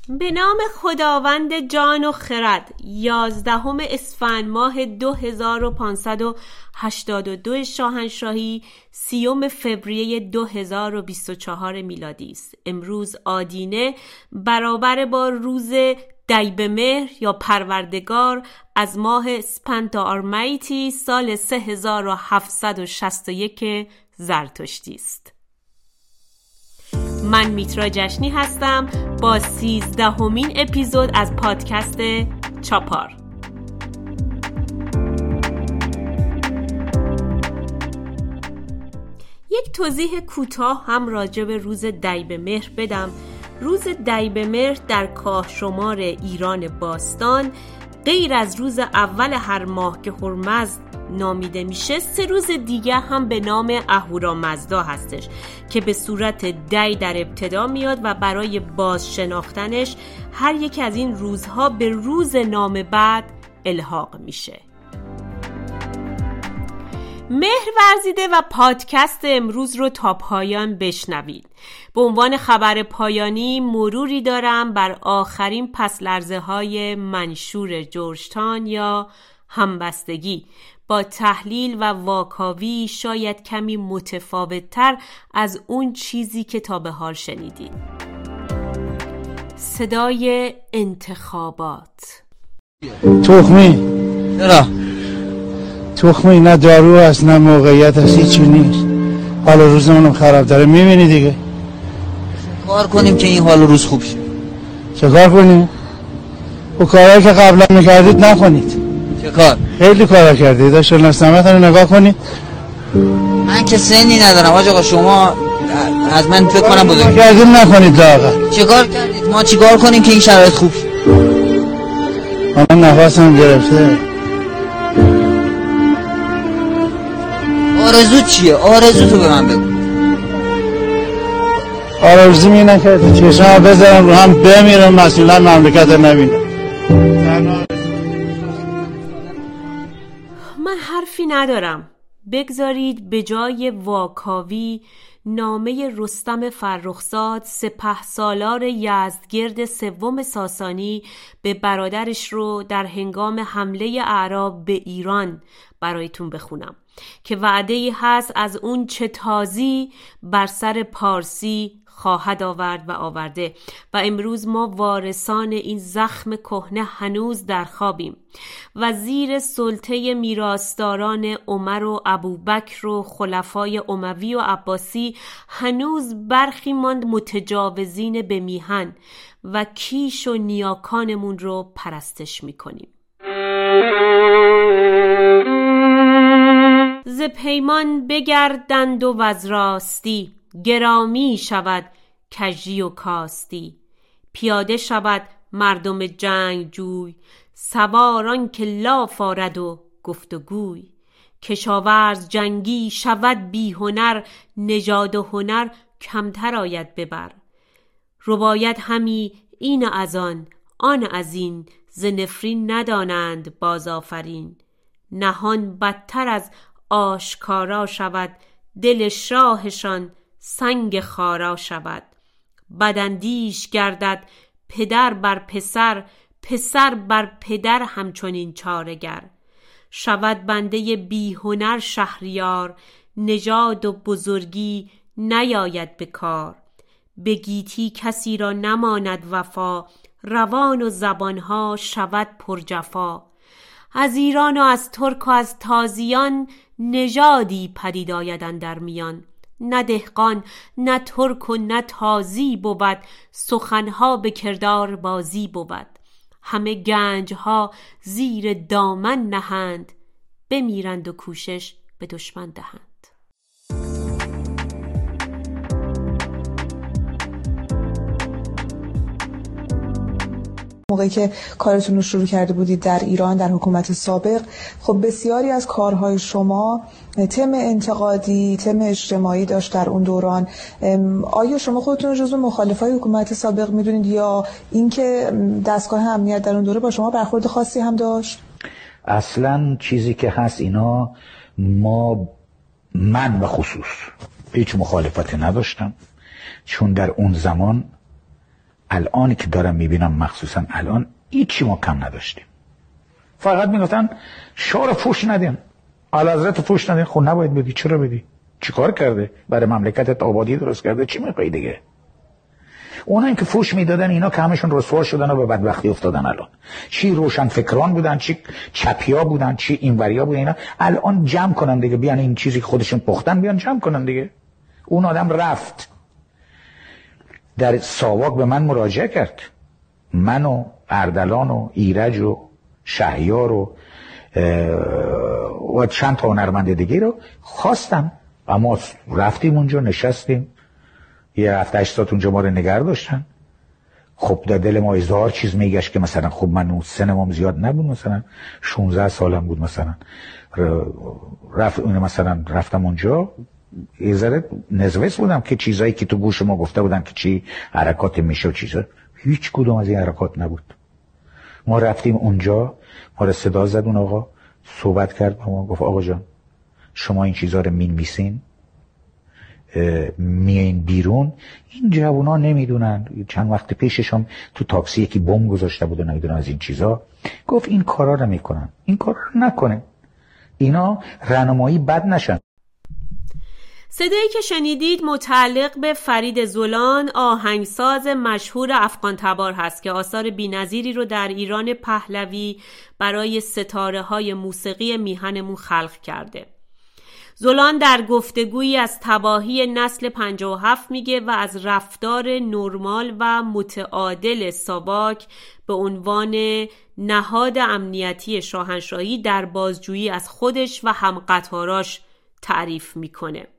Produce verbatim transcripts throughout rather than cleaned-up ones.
به نام خداوند جان و خرد. یازدهم اسفند ماه دو هزار و پانصد و هشتاد و دو شاهنشاهی، سیوم فوریه دو هزار و بیست و چهار میلادی است. امروز آدینه برابر با روز دیبمهر یا پروردگار از ماه اسپنتارمیتی سال سه هزار و هفتصد و شصت و یک زرتشتی است. من میترا جشنی هستم با سیزدهمین اپیزود از پادکست چاپار. یک توضیح کوتاه هم راجع به روز دیبمهر بدم. روز دیبمهر در کاهشمار ایران باستان غیر از روز اول هر ماه که هرمزد نامیده میشه، سه روز دیگه هم به نام اهورامزدا هستش که به صورت دی در ابتدا میاد و برای باز شناختنش هر یک از این روزها به روز نام بعد الحاق میشه. مهر ورزیده و پادکست امروز رو تا پایان بشنوید. به عنوان خبر پایانی مروری دارم بر آخرین پس‌لرزه های منشور جورجتاون یا همبستگی با تحلیل و واکاوی شاید کمی متفاوت‌تر از اون چیزی که تا به حال شنیدید. صدای انتخابات. تخمی چرا؟ تخمی نه دارو هست نه موقعیت هست، هیچی نیست. حال روزمونم خراب داره، میبینی دیگه. کار کنیم که این حال روز خوب شه. چه کار کنیم؟ او کارهایی که قبلا میکردید نکنید. چه کار؟ خیلی کارا کردید. داشتون نستمت رو نگاه کنید. من که سنی ندارم آج آقا، شما از من فکر کنم بزرگ کردیم نکنید لاغر. چه کار کردید؟ ما چی کار کنیم که این شرایط خوب شه؟ من نفسم گرفته. آرزو چیه؟ آرزو تو به من بگو. آرزو می نکرد چشم بذارم رو هم بمیرم، مسئولا مملکت نبینم. من حرفی ندارم. بگذارید به جای واکاوی نامه رستم فرخزاد سپهسالار یزدگرد سوم ساسانی به برادرش رو در هنگام حمله اعراب به ایران برایتون بخونم که وعده‌ای هست از اون چه تازی بر سر پارسی خواهد آورد و آورده و امروز ما وارثان این زخم کهنه هنوز در خوابیم و زیر سلطه میراثداران عمر و ابوبکر و خلفای اموی و عباسی هنوز برخی ماند متجاوزین به میهن و کیش و نیاکانمون رو پرستش میکنیم. ز پیمان بگردند و وز راستی، گرامی شود کژی و کاستی. پیاده شود مردم جنگ جوی، سواران که لاف آرد و گفت و گوی. کشاورز جنگی شود بی هنر، نژاد و هنر کمتر آید ببر. رباید همی این از آن آن از این، ز نفرین ندانند باز آفرین. نهان بدتر از آشکارا شود، دل شاهشان سنگ خارا شود. بداندیش گردد پدر بر پسر، پسر بر پدر همچنین چارگر. شود بنده بی هنر شهریار، نژاد و بزرگی نیاید به کار. به گیتی کسی را نماند وفا، روان و زبانها شود پر جفا. از ایران و از ترک و از تازیان، نژادی پدید آید اندر میان. نه دهقان نه ترک و نه تازی بود، سخنها به کردار بازی بود. همه گنجها زیر دامن نهند، بمیرند و کوشش به دشمن دهند. موقعی که کارتون رو شروع کرده بودید در ایران در حکومت سابق، خب بسیاری از کارهای شما تم انتقادی، تم اجتماعی داشت در اون دوران. آیا شما خودتون جزو مخالفای حکومت سابق میدونید یا اینکه دستگاه امنیت در اون دوره با شما برخورد خاصی هم داشت؟ اصلا چیزی که هست اینا، ما من به خصوص هیچ مخالفتی نداشتم، چون در اون زمان الان که دارم میبینم مخصوصا الان هیچی ما کم نداشتیم. فقط میگفتن شاه رو فوش ندین، اعلیحضرت فوش ندین. خب نباید بدی. چرا بدی؟ چیکار کرده؟ برای مملکتت آبادی درست کرده؟ چی میخوای دیگه؟ اونایی که فوش میدادن اینا که همشون رسوا شدن و به بدبختی افتادن. الان چی روشن فکران بودن، چی چپیا بودن، چی اینوریا بودن، اینا الان جمع کنن دیگه، بیان این چیزی که خودشون پختن بیان جمع کنن دیگه. اون آدم رفت در ساواک به من مراجعه کرد، من و اردلان و ایرج و شهیار و و چند تا هنرمند دیگه رو خواستم. اما رفتیم اونجا نشستیم، یه هفته هشت ساعت اونجا ما رو نگه داشتن. خب در دل ما هزار چیز میگشت که مثلا خب من سنمام زیاد نبود، مثلا شانزده سالم بود، مثلا رفت مثلا رفتم اونجا یه ذره نزویس بودم که چیزایی که تو گوش ما گفته بودن که چی حرکات میشه و چیزا، هیچ کدوم از این حرکات نبود. ما رفتیم اونجا، ما رو صدا زد اون آقا، صحبت کرد با ما، گفت آقا جان شما این چیزا رو مینویسین میین بیرون، این جوونا نمیدونن. چند وقت پیششم تو تاکسی یکی بم گذاشته بود و نمیدونن از این چیزا. گفت این کارا رو میکنن، این کارا رو نکنه، اینا راهنمایی بد نشن. صدایی که شنیدید متعلق به فرید زولان، آهنگساز مشهور افغان تبار هست که آثار بی‌نظیری رو در ایران پهلوی برای ستاره‌های موسیقی میهنمون خلق کرده. زولان در گفتگویی از تباهی نسل پنجاه و هفت میگه و از رفتار نرمال و متعادل ساواک به عنوان نهاد امنیتی شاهنشاهی در بازجویی از خودش و همقطاراش تعریف میکنه.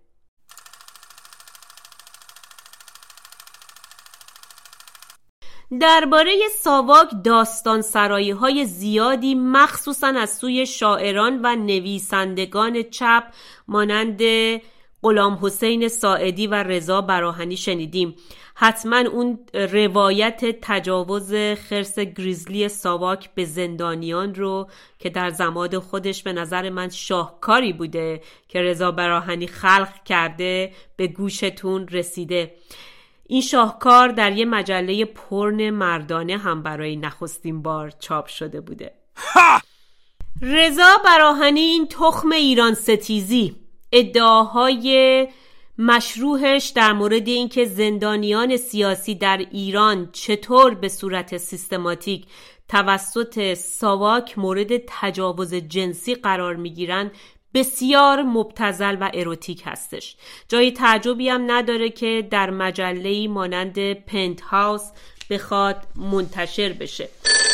درباره ساواک داستان سرایی های زیادی مخصوصاً از سوی شاعران و نویسندگان چپ مانند غلام حسین ساعدی و رضا براهنی شنیدیم. حتما اون روایت تجاوز خرس گریزلی ساواک به زندانیان رو که در زمان خودش به نظر من شاهکاری بوده که رضا براهنی خلق کرده به گوشتون رسیده. این شاهکار در یه مجله پورن مردانه هم برای نخستین بار چاپ شده بوده. رضا براهنی این تخم ایران ستیزی، ادعاهای مشروحش در مورد اینکه زندانیان سیاسی در ایران چطور به صورت سیستماتیک توسط ساواک مورد تجاوز جنسی قرار میگیرن بسیار مبتذل و اروتیک هستش. جای تعجبی هم نداره که در مجله‌ای مانند پنت هاوس بخواد منتشر بشه.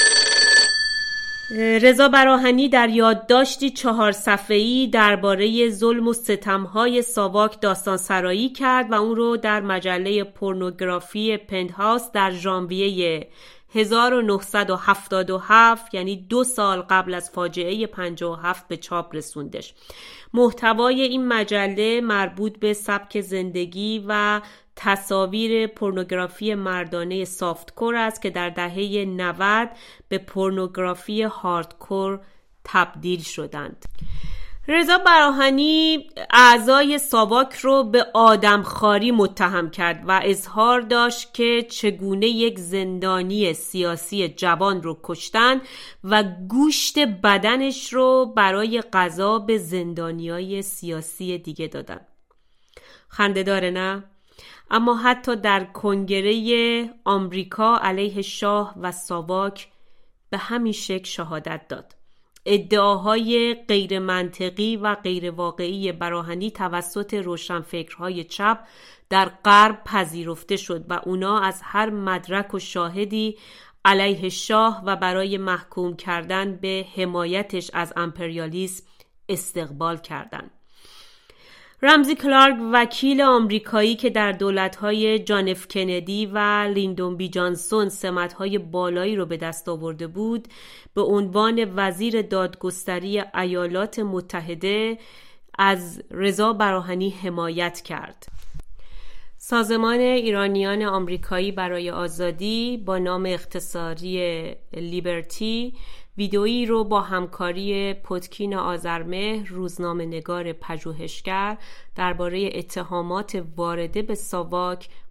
رضا براهنی در یادداشتی چهار صفحه‌ای درباره ظلم و ستم‌های ساواک داستان سرایی کرد و اون رو در مجله پورنوگرافی پنت هاوس در ژانویه هزار و نهصد و هفتاد و هفت یعنی دو سال قبل از فاجعه پنجاه و هفت به چاپ رسوندش. محتوای این مجله مربوط به سبک زندگی و تصاویر پورنوگرافی مردانه سافتکور است که در دهه نود به پورنوگرافی هاردکور تبدیل شدند. رضا براهنی اعضای ساواک رو به آدمخواری متهم کرد و اظهار داشت که چگونه یک زندانی سیاسی جوان رو کشتن و گوشت بدنش رو برای غذا به زندانیای سیاسی دیگه دادن. خنده داره نه؟ اما حتی در کنگره آمریکا علیه شاه و ساواک به همین شکل شهادت داد. ادعاهای غیر منطقی و غیر واقعی براهنی توسط روشنفکرهای چپ در غرب پذیرفته شد و اونا از هر مدرک و شاهدی علیه شاه و برای محکوم کردن به حمایتش از امپریالیسم استقبال کردند. رمزی کلارک وکیل آمریکایی که در دولت‌های جان اف کندی و لیندون بی جانسون سمت‌های بالایی رو به دست آورده بود، به عنوان وزیر دادگستری ایالات متحده از رضا براهنی حمایت کرد. سازمان ایرانیان آمریکایی برای آزادی با نام اختصاری لیبرتی ویدئویی رو با همکاری پتکین آذرمهر، روزنامه نگار پژوهشگر، درباره اتهامات وارده به ساواک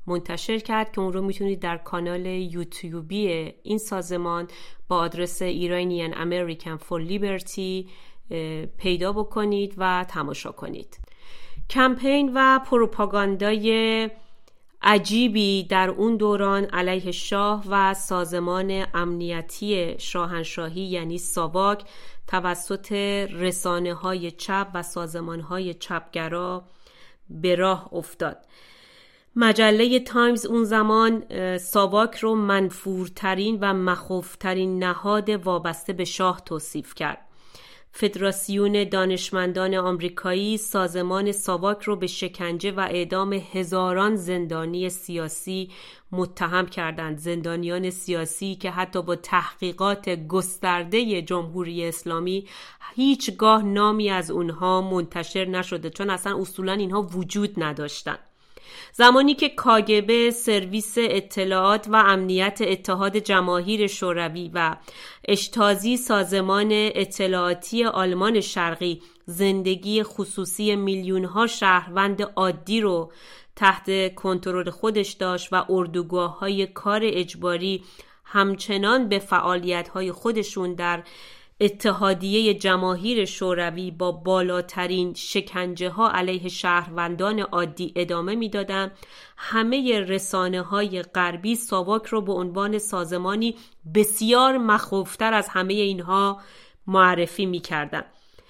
منتشر کرد که اون رو میتونید در کانال یوتیوبی این سازمان با آدرس Iranian American for Liberty پیدا بکنید و تماشا کنید. کمپین و پروپاگاندای عجیبی در اون دوران علیه شاه و سازمان امنیتی شاهنشاهی یعنی ساواک توسط رسانه‌های چپ و سازمان‌های چپگرا به راه افتاد. مجله تایمز اون زمان ساواک رو منفورترین و مخوفترین نهاد وابسته به شاه توصیف کرد. فدراسیون دانشمندان آمریکایی سازمان ساواک رو به شکنجه و اعدام هزاران زندانی سیاسی متهم کردند. زندانیان سیاسی که حتی با تحقیقات گسترده جمهوری اسلامی هیچگاه نامی از اونها منتشر نشده، چون اصلا اصولا اینها وجود نداشتن. زمانی که کاگبه، سرویس اطلاعات و امنیت اتحاد جماهیر شوروی و اشتازی سازمان اطلاعاتی آلمان شرقی زندگی خصوصی میلیون‌ها شهروند عادی رو تحت کنترل خودش داشت و اردوگاه‌های کار اجباری همچنان به فعالیت‌های خودشون در اتحادیه جماهیر شوروی با بالاترین شکنجه ها علیه شهروندان عادی ادامه میدادند، همه رسانه های غربی ساواک رو به عنوان سازمانی بسیار مخوفتر از همه اینها معرفی میکردند.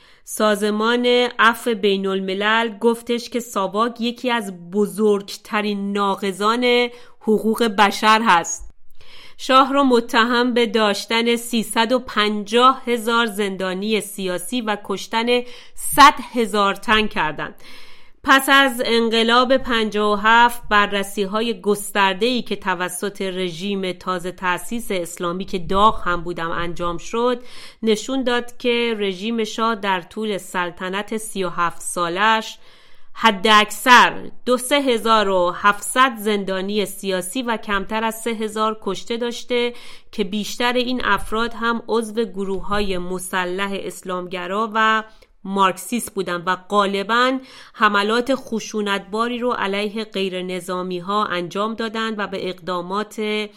سازمان عفو بین الملل گفتش که ساواک یکی از بزرگترین ناقضان حقوق بشر هست. شاه را متهم به داشتن سیصد و پنجاه هزار زندانی سیاسی و کشتن صد هزار تن کردند. پس از انقلاب پنجاه و هفت بررسی‌های گسترده‌ای که توسط رژیم تازه تأسیس اسلامی که داغ هم بودم انجام شد، نشون داد که رژیم شاه در طول سلطنت سی و هفت سالش حد اکثر دو سه هزار و هفتصد زندانی سیاسی و کمتر از سه هزار کشته داشته که بیشتر این افراد هم عضو گروه‌های مسلح اسلامگرا و مارکسیست بودند و غالباً حملات خشونتباری رو علیه غیر نظامی ها انجام دادند و به اقدامات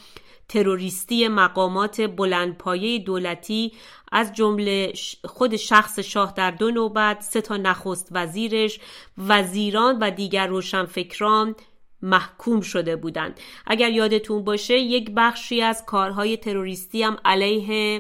تروریستی مقامات بلندپایه دولتی از جمله خود شخص شاه در دو نوبت، سه تا نخست وزیرش، وزیران و دیگر روشنفکران محکوم شده بودند. اگر یادتون باشه یک بخشی از کارهای تروریستی هم علیه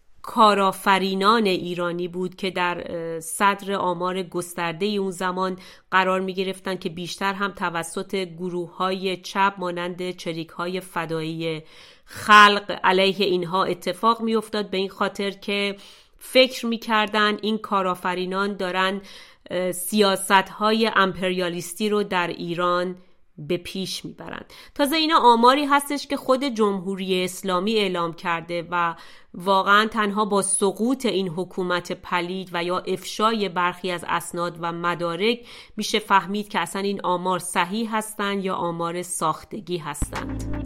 کارآفرینان ایرانی بود که در صدر آمار گسترده اون زمان قرار می گرفتن که بیشتر هم توسط گروه‌های چپ مانند چریک‌های فدایی خلق علیه اینها اتفاق می افتاد، به این خاطر که فکر می کردن این کارآفرینان دارن سیاست‌های امپریالیستی رو در ایران به پیش میبرند. تازه اینا آماری هستش که خود جمهوری اسلامی اعلام کرده و واقعا تنها با سقوط این حکومت پلید و یا افشای برخی از اسناد و مدارک میشه فهمید که اصلا این آمار صحیح هستند یا آمار ساختگی هستند.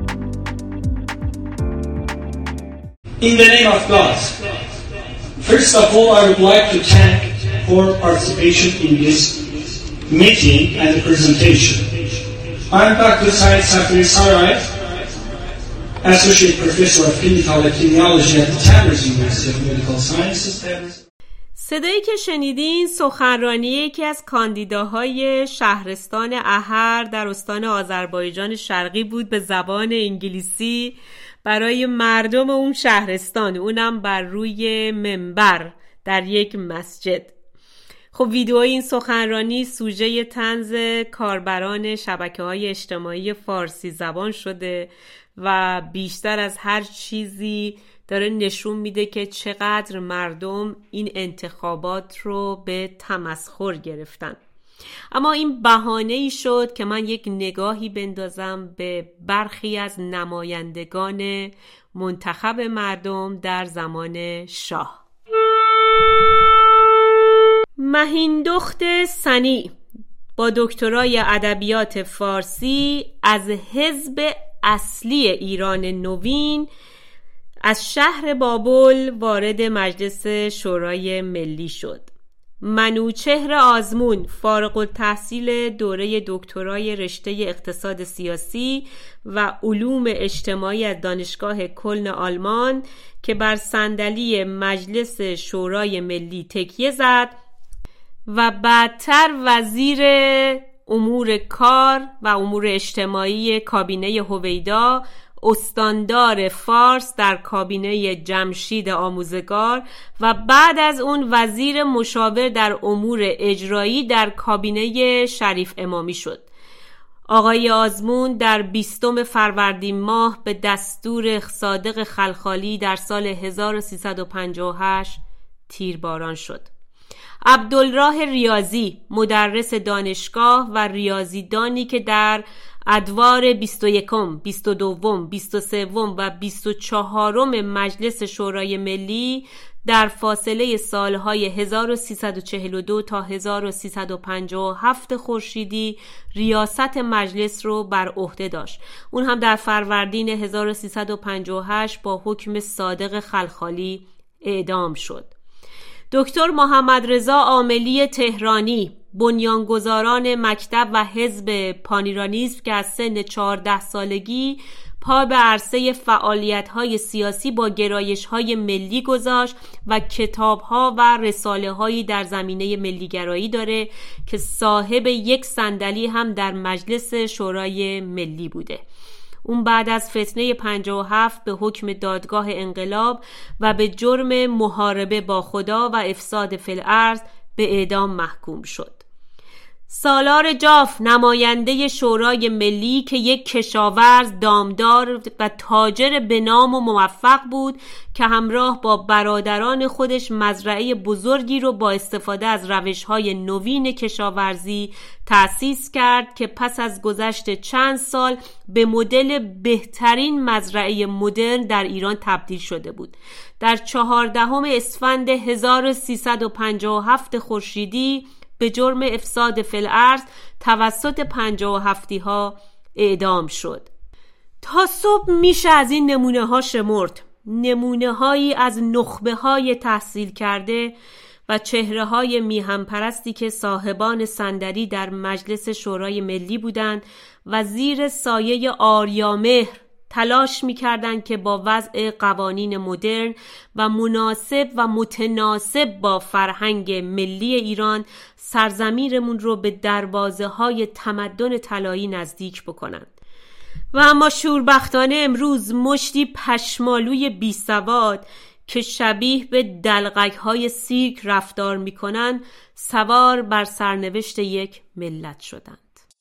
In the name of God, first of all I would like to thank for participation in this meeting and the presentation. I'm Doctor Said Safari Sarai, Associate Professor of Clinical Epidemiology at the Tabriz University of Medical Sciences, Tabriz. صدایی که شنیدین سخنرانی یکی از کاندیداهای شهرستان احر در استان آذربایجان شرقی بود به زبان انگلیسی برای مردم اون شهرستان، اونم بر روی منبر در یک مسجد. خب ویدئوی این سخنرانی سوژه طنز کاربران شبکه‌های اجتماعی فارسی زبان شده و بیشتر از هر چیزی داره نشون میده که چقدر مردم این انتخابات رو به تمسخر گرفتن. اما این بهانه‌ای شد که من یک نگاهی بندازم به برخی از نمایندگان منتخب مردم در زمان شاه. مهیندخت سنی با دکترای ادبیات فارسی از حزب اصلی ایران نوین از شهر بابل وارد مجلس شورای ملی شد. منوچهر آزمون فارغ التحصیل دوره دکترای رشته اقتصاد سیاسی و علوم اجتماعی از دانشگاه کلن آلمان که بر صندلی مجلس شورای ملی تکیه زد و بعدتر وزیر امور کار و امور اجتماعی کابینه هویدا، استاندار فارس در کابینه جمشید آموزگار و بعد از اون وزیر مشاور در امور اجرایی در کابینه شریف امامی شد. آقای آزمون در بیستم فروردین ماه به دستور صادق خلخالی در سال هزار و سیصد و پنجاه و هشت تیرباران شد. عبدالراه ریاضی مدرس دانشگاه و ریاضیدانی که در ادوار بیست و یکم، بیست و دوم، بیست و سوم و بیست و چهارم مجلس شورای ملی در فاصله سالهای هزار و سیصد و چهل و دو تا هزار و سیصد و پنجاه و هفت خورشیدی ریاست مجلس رو بر عهده داشت. اون هم در فروردین هزار و سیصد و پنجاه و هشت با حکم صادق خلخالی اعدام شد. دکتر محمد رضا عاملی تهرانی بنیانگذاران مکتب و حزب پانیرانیسم که از سن چهارده سالگی پا به عرصه فعالیت‌های سیاسی با گرایش‌های ملی گذاشت و کتاب‌ها و رساله‌هایی در زمینه ملیگرایی داره که صاحب یک صندلی هم در مجلس شورای ملی بوده. اون بعد از فتنه پنجاه و هفت به حکم دادگاه انقلاب و به جرم محاربه با خدا و افساد فی الارض به اعدام محکوم شد. سالار جاف نماینده شورای ملی که یک کشاورز، دامدار و تاجر به نام و موفق بود که همراه با برادران خودش مزرعه بزرگی رو با استفاده از روش‌های نوین کشاورزی تأسیس کرد که پس از گذشت چند سال به مدل بهترین مزرعه مدرن در ایران تبدیل شده بود. در چهاردهم اسفند هزار و سیصد و پنجاه و هفت خورشیدی به جرم افساد فی الارض توسط پنجاه و هفتی ها اعدام شد. تا صبح میشه از این نمونه ها شمرد. نمونه هایی از نخبه های تحصیل کرده و چهره های میهم پرستی که صاحبان صندلی در مجلس شورای ملی بودند و زیر سایه آریامهر تلاش می‌کردند که با وضع قوانین مدرن و مناسب و متناسب با فرهنگ ملی ایران سرزمینمون رو به دروازه‌های تمدن طلایی نزدیک بکنند. و اما شوربختانه امروز مشتی پشمالوی بی سواد که شبیه به دلقک‌های سیرک رفتار می‌کنند سوار بر سرنوشت یک ملت شدند.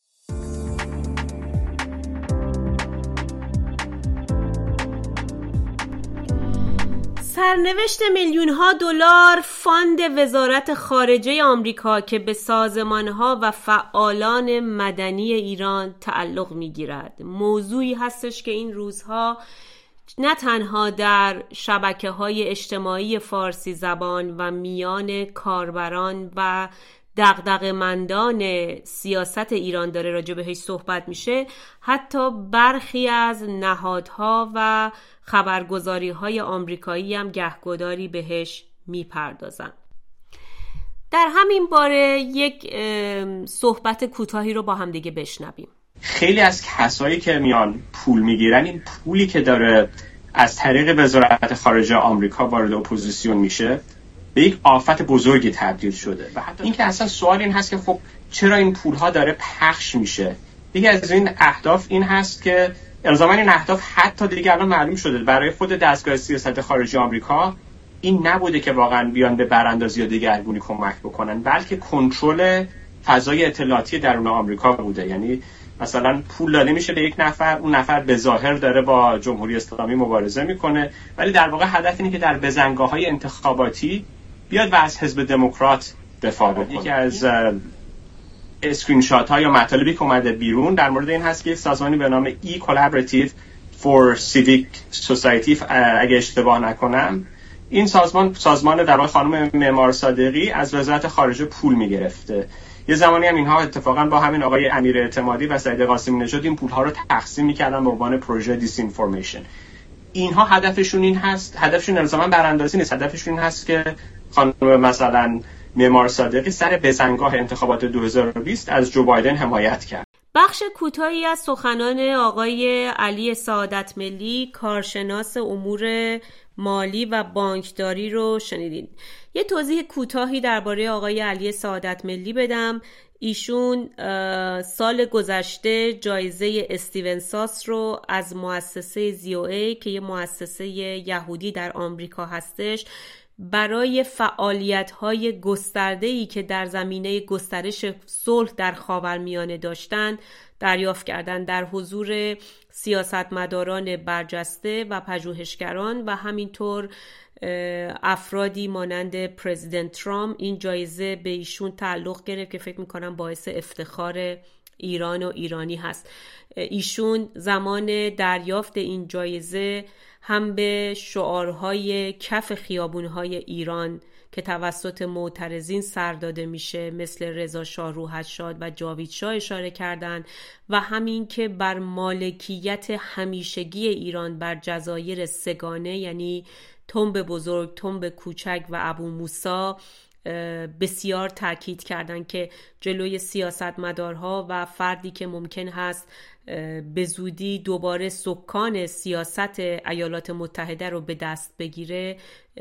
سرنوشت میلیون ها دلار فاند وزارت خارجه آمریکا که به سازمان ها و فعالان مدنی ایران تعلق می گیرد موضوعی هستش که این روزها نه تنها در شبکه های اجتماعی فارسی زبان و میان کاربران و دغدغه‌مندان سیاست ایران داره راجع بهش صحبت میشه، حتی برخی از نهادها و خبرگزاری‌های آمریکایی هم گهگداری بهش میپردازن. در همین باره یک صحبت کوتاهی رو با هم دیگه بشنویم. خیلی از کسایی که میان پول میگیرن، این پولی که داره از طریق وزارت خارجه آمریکا وارد اپوزیسیون میشه به یک آفت بزرگی تبدیل شده. و حتی این که اصلا سوال این هست که خب چرا این پولها داره پخش میشه؟ دیگه از این اهداف این هست که الزاما این اهداف حتی دیگه الان معلوم شده برای خود دستگاه سیاست خارجی آمریکا این نبوده که واقعا بیان به براندازی یا دگرگونی کمک بکنن، بلکه کنترل فضای اطلاعاتی درون آمریکا بوده. یعنی مثلا پول داده میشه به یک نفر، اون نفر به ظاهر داره با جمهوری اسلامی مبارزه میکنه، ولی در واقع هدف اینه که در بزنگاه‌های انتخاباتی بیاد و از حزب دموکرات دفاع بکنه. یکی از اسکرین شات ها یا مطالبی که اومده بیرون در مورد این هست که یک سازمانی به نام ای Collaborative for Civic Society اگه اشتباه نکنم، این سازمان سازمان در واقع خانم معمار صادقی از وزارت خارجه پول میگرفته. یه زمانی هم اینها اتفاقا با همین آقای امیر اعتمادی و سعید قاسمی نژاد این پول‌ها رو تقسیم می‌کردن به عنوان پروژه دیس اینفورمیشن. اینها هدفشون این هست، هدفشون الزاما براندازی نیست، هدفشون این هست که خانم مثلا معمار صادقی سر بزنگاه انتخابات دو هزار و بیست از جو بایدن حمایت کرد. بخش کوتاهی از سخنان آقای علی سعادت ملی، کارشناس امور مالی و بانکداری رو شنیدین. یه توضیح کوتاهی درباره آقای علی سعادت ملی بدم. ایشون سال گذشته جایزه استیون ساس رو از مؤسسه زی او ای که یه مؤسسه یهودی در آمریکا هستش برای فعالیت‌های گسترده‌ای که در زمینه گسترش صلح در خاورمیانه داشتند دریافت کردند، در حضور سیاستمداران برجسته و پژوهشگران و همینطور افرادی مانند پرزیدنت ترامپ. این جایزه به ایشون تعلق گرفت که فکر میکنم باعث افتخار ایران و ایرانی هست. ایشون زمان دریافت این جایزه هم به شعارهای کف خیابونهای ایران که توسط معترضین سر داده میشه مثل رضا شاه روحت شاد و جاوید شاه اشاره کردند و همین که بر مالکیت همیشگی ایران بر جزایر سگانه یعنی تنب بزرگ، تنب کوچک و ابو موسی بسیار تاکید کردند که جلوی سیاستمدارها و فردی که ممکن هست به زودی دوباره سکان سیاست ایالات متحده رو به دست بگیره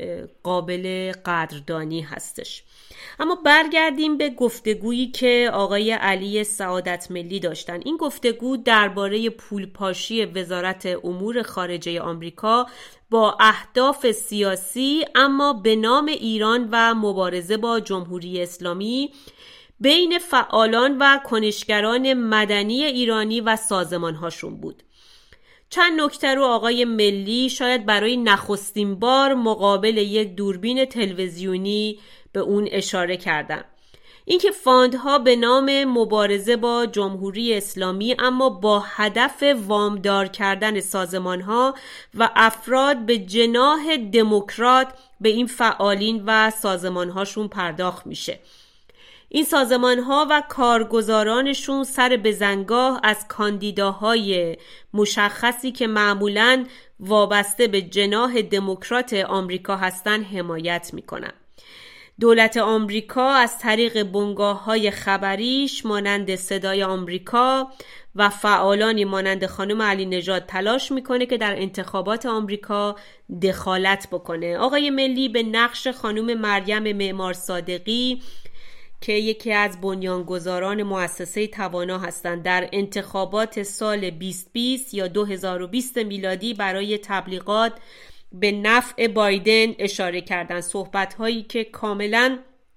قابل قدردانی هستش. اما برگردیم به گفتگویی که آقای علی سعادت ملی داشتن. این گفتگو درباره پولپاشی وزارت امور خارجه آمریکا با اهداف سیاسی اما به نام ایران و مبارزه با جمهوری اسلامی بین فعالان و کنشگران مدنی ایرانی و سازمانهاشون بود. چند نکته رو آقای ملی شاید برای نخستین بار مقابل یک دوربین تلویزیونی به اون اشاره کردن. اینکه فاندها به نام مبارزه با جمهوری اسلامی اما با هدف وامدار کردن سازمانها و افراد به جناح دموکرات به این فعالین و سازمانهاشون پرداخت میشه. این سازمانها و کارگزارانشون سر بزنگاه از کاندیداهای مشخصی که معمولاً وابسته به جناح دموکرات آمریکا هستن حمایت میکنن. دولت آمریکا از طریق بنگاه‌های خبریش مانند صدای آمریکا و فعالانی مانند خانم علی نژاد تلاش میکنه که در انتخابات آمریکا دخالت بکنه. آقای ملی به نقش خانم مریم معمار صادقی که یکی از بنیانگذاران مؤسسه توانا هستند در انتخابات سال بیست بیست یا دو هزار و بیست میلادی برای تبلیغات به نفع بایدن اشاره کردند. صحبت‌هایی که کاملا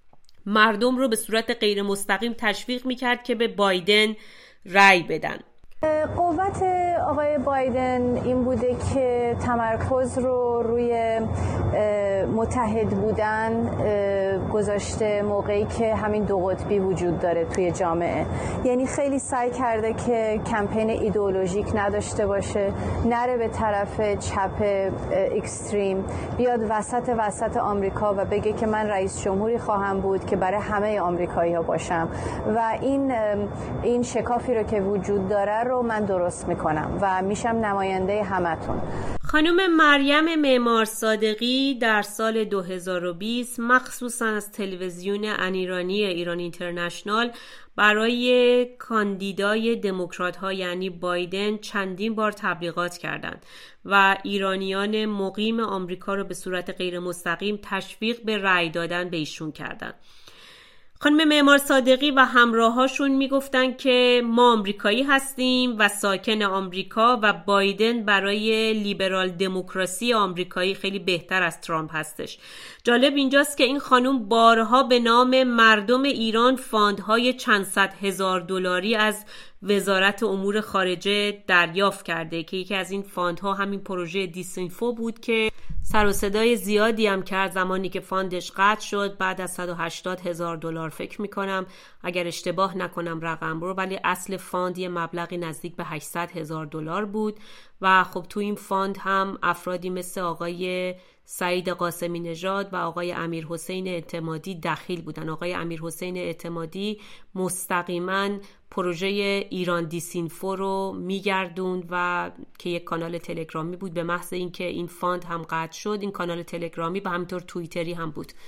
مردم رو به صورت غیر مستقیم تشویق می‌کرد که به بایدن رأی بدن. قوت آقای بایدن این بوده که تمرکز رو روی متحد بودن گذاشته موقعی که همین دو قطبی وجود داره توی جامعه. یعنی خیلی سعی کرده که کمپین ایدئولوژیک نداشته باشه، نره به طرف چپ اکستریم، بیاد وسط وسط آمریکا و بگه که من رئیس جمهوری خواهم بود که برای همه آمریکایی‌ها باشم و این این شکافی رو که وجود داره رو من درست میکنم و میشم نماینده همتون. خانم مریم معمار صادقی در سال دو هزار و بیست مخصوصا از تلویزیون انیرانی ایران اینترنشنال برای کاندیدای دموکرات ها یعنی بایدن چندین بار تبلیغات کردند و ایرانیان مقیم آمریکا رو به صورت غیر مستقیم تشویق به رأی دادن به ایشون کردند. خانم معمار صادقی و همراهاشون میگفتن که ما آمریکایی هستیم و ساکن آمریکا و بایدن برای لیبرال دموکراسی آمریکایی خیلی بهتر از ترامپ هستش. جالب اینجاست که این خانم بارها به نام مردم ایران فاندهای چند صد هزار دلاری از وزارت امور خارجه دریافت کرده که یکی از این فاندها همین پروژه دیسینفو بود که سر و صدای زیادی هم کرد زمانی که فاندش قطع شد بعد از صد و هشتاد هزار دلار فکر میکنم اگر اشتباه نکنم رقم رو، ولی اصل فاند یه مبلغی نزدیک به هشتصد هزار دلار بود و خب تو این فاند هم افرادی مثل آقای سعید قاسمی نژاد و آقای امیر حسین اعتمادی دخیل بودن. آقای امیر حسین اعتمادی مستقیما پروژه ایران دیسینفو رو میگردوند و که یک کانال تلگرامی بود. به محض اینکه این فاند هم قطع شد این کانال تلگرامی و همینطور توییتری هم بود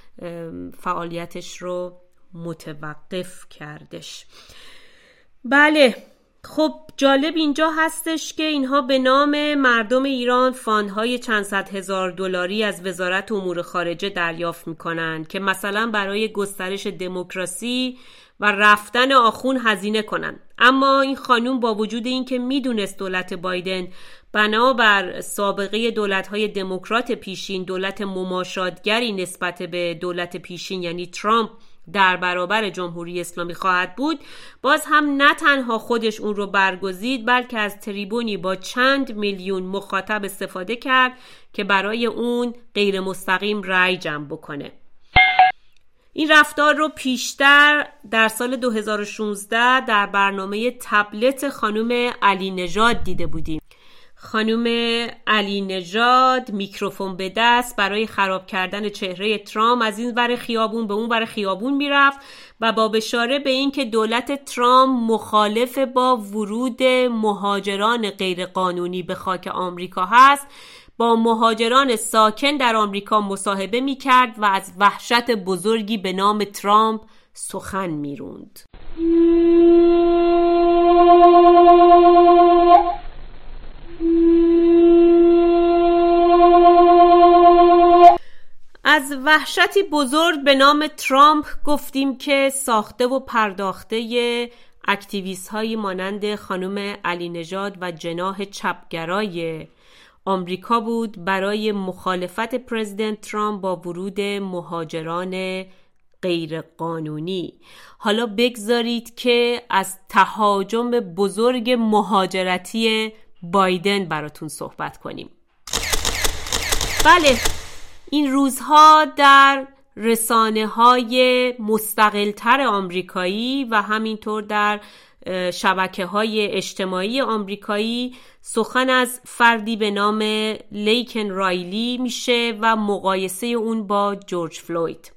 فعالیتش رو متوقف کردش. بله، خب جالب اینجا هستش که اینها به نام مردم ایران فاندهای چند صد هزار دلاری از وزارت امور خارجه دریافت میکنن که مثلا برای گسترش دموکراسی و رفتن آخون هزینه کنن. اما این خانوم با وجود این که میدونست دولت بایدن بنابر سابقه دولت‌های دموکرات پیشین دولت مماشاتگری نسبت به دولت پیشین یعنی ترامپ در برابر جمهوری اسلامی خواهد بود، باز هم نه تنها خودش اون رو برگزید بلکه از تریبونی با چند میلیون مخاطب استفاده کرد که برای اون غیر مستقیم رأی جمع بکنه. این رفتار رو پیشتر در سال دو هزار و شانزده در برنامه تبلت خانم علی نژاد دیده بودیم. خانم علی نژاد میکروفون به دست برای خراب کردن چهره ترامپ از این ور خیابون به اون ور خیابون میرفت و با بشاره به این که دولت ترامپ مخالف با ورود مهاجران غیرقانونی به خاک آمریکا هست، با مهاجران ساکن در آمریکا مصاحبه میکرد و از وحشت بزرگی به نام ترامپ سخن میروند. از وحشتی بزرگ به نام ترامپ گفتیم که ساخته و پرداخته اکتیویست هایی مانند خانم علی نژاد و جناح چپگرای آمریکا بود برای مخالفت پرزیدنت ترامپ با ورود مهاجران غیر قانونی. حالا بگذارید که از تهاجم بزرگ مهاجرتی بایدن براتون صحبت کنیم. بله، این روزها در رسانه‌های مستقل‌تر آمریکایی و همینطور در شبکه‌های اجتماعی آمریکایی سخن از فردی به نام لیکن رایلی میشه و مقایسه اون با جورج فلوید.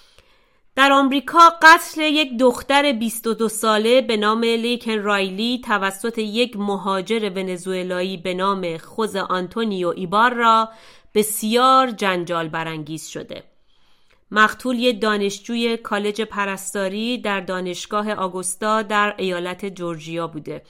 در آمریکا قتل یک دختر بیست و دو ساله به نام لیکن رایلی توسط یک مهاجر ونزوئلایی به نام خوزه آنتونیو ایباررا بسیار جنجال برانگیز شده. مقتول یک دانشجوی کالج پرستاری در دانشگاه آگوستا در ایالت جورجیا بوده.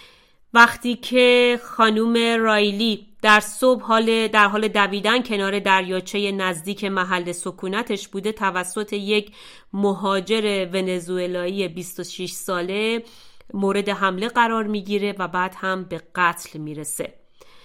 وقتی که خانم رایلی در صبح حال در حال دویدن کنار دریاچه نزدیک محل سکونتش بوده، توسط یک مهاجر ونزوئلایی بیست و شش ساله مورد حمله قرار میگیره و بعد هم به قتل میرسه.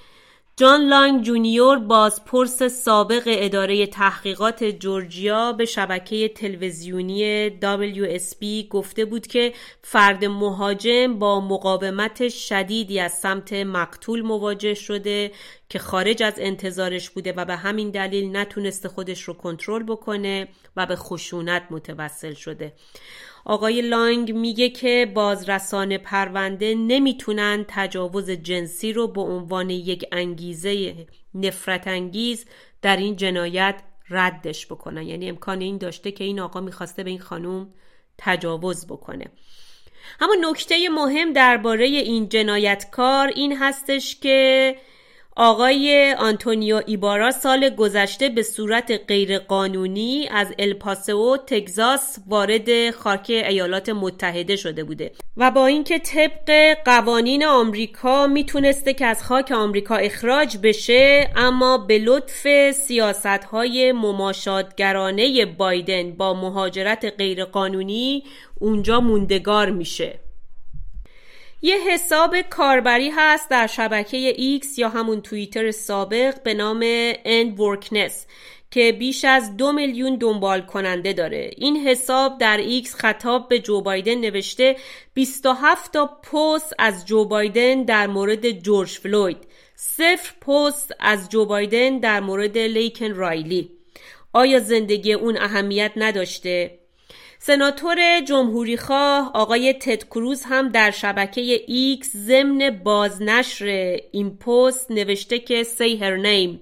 جان لانگ جونیور بازپرس سابق اداره تحقیقات جورجیا به شبکه تلویزیونی دبلیو اس بی گفته بود که فرد مهاجم با مقاومت شدیدی از سمت مقتول مواجه شده که خارج از انتظارش بوده و به همین دلیل نتونسته خودش رو کنترل بکنه و به خشونت متوسل شده. آقای لانگ میگه که بازرسان پرونده نمیتونن تجاوز جنسی رو به عنوان یک انگیزه نفرت انگیز در این جنایت ردش بکنن. یعنی امکان این داشته که این آقا میخواسته به این خانوم تجاوز بکنه. اما نکته مهم درباره این جنایتکار این هستش که آقای آنتونیو ایبارا سال گذشته به صورت غیرقانونی از الپاسو تگزاس وارد خاک ایالات متحده شده بوده و با اینکه طبق قوانین آمریکا میتونسته که از خاک آمریکا اخراج بشه، اما به لطف سیاست‌های مماشاتگرانه بایدن با مهاجرت غیرقانونی اونجا موندگار میشه. یه حساب کاربری هست در شبکه ایکس یا همون توییتر سابق به نام اند ورکنس که بیش از دو میلیون دنبال کننده داره. این حساب در ایکس خطاب به جو بایدن نوشته بیست و هفت تا پست از جو بایدن در مورد جورج فلوید، صفر پست از جو بایدن در مورد لیکن رایلی. آیا زندگی اون اهمیت نداشته؟ سناتور جمهوریخواه آقای تد کروز هم در شبکه ایکس ضمن بازنشر این پست نوشته که say her name،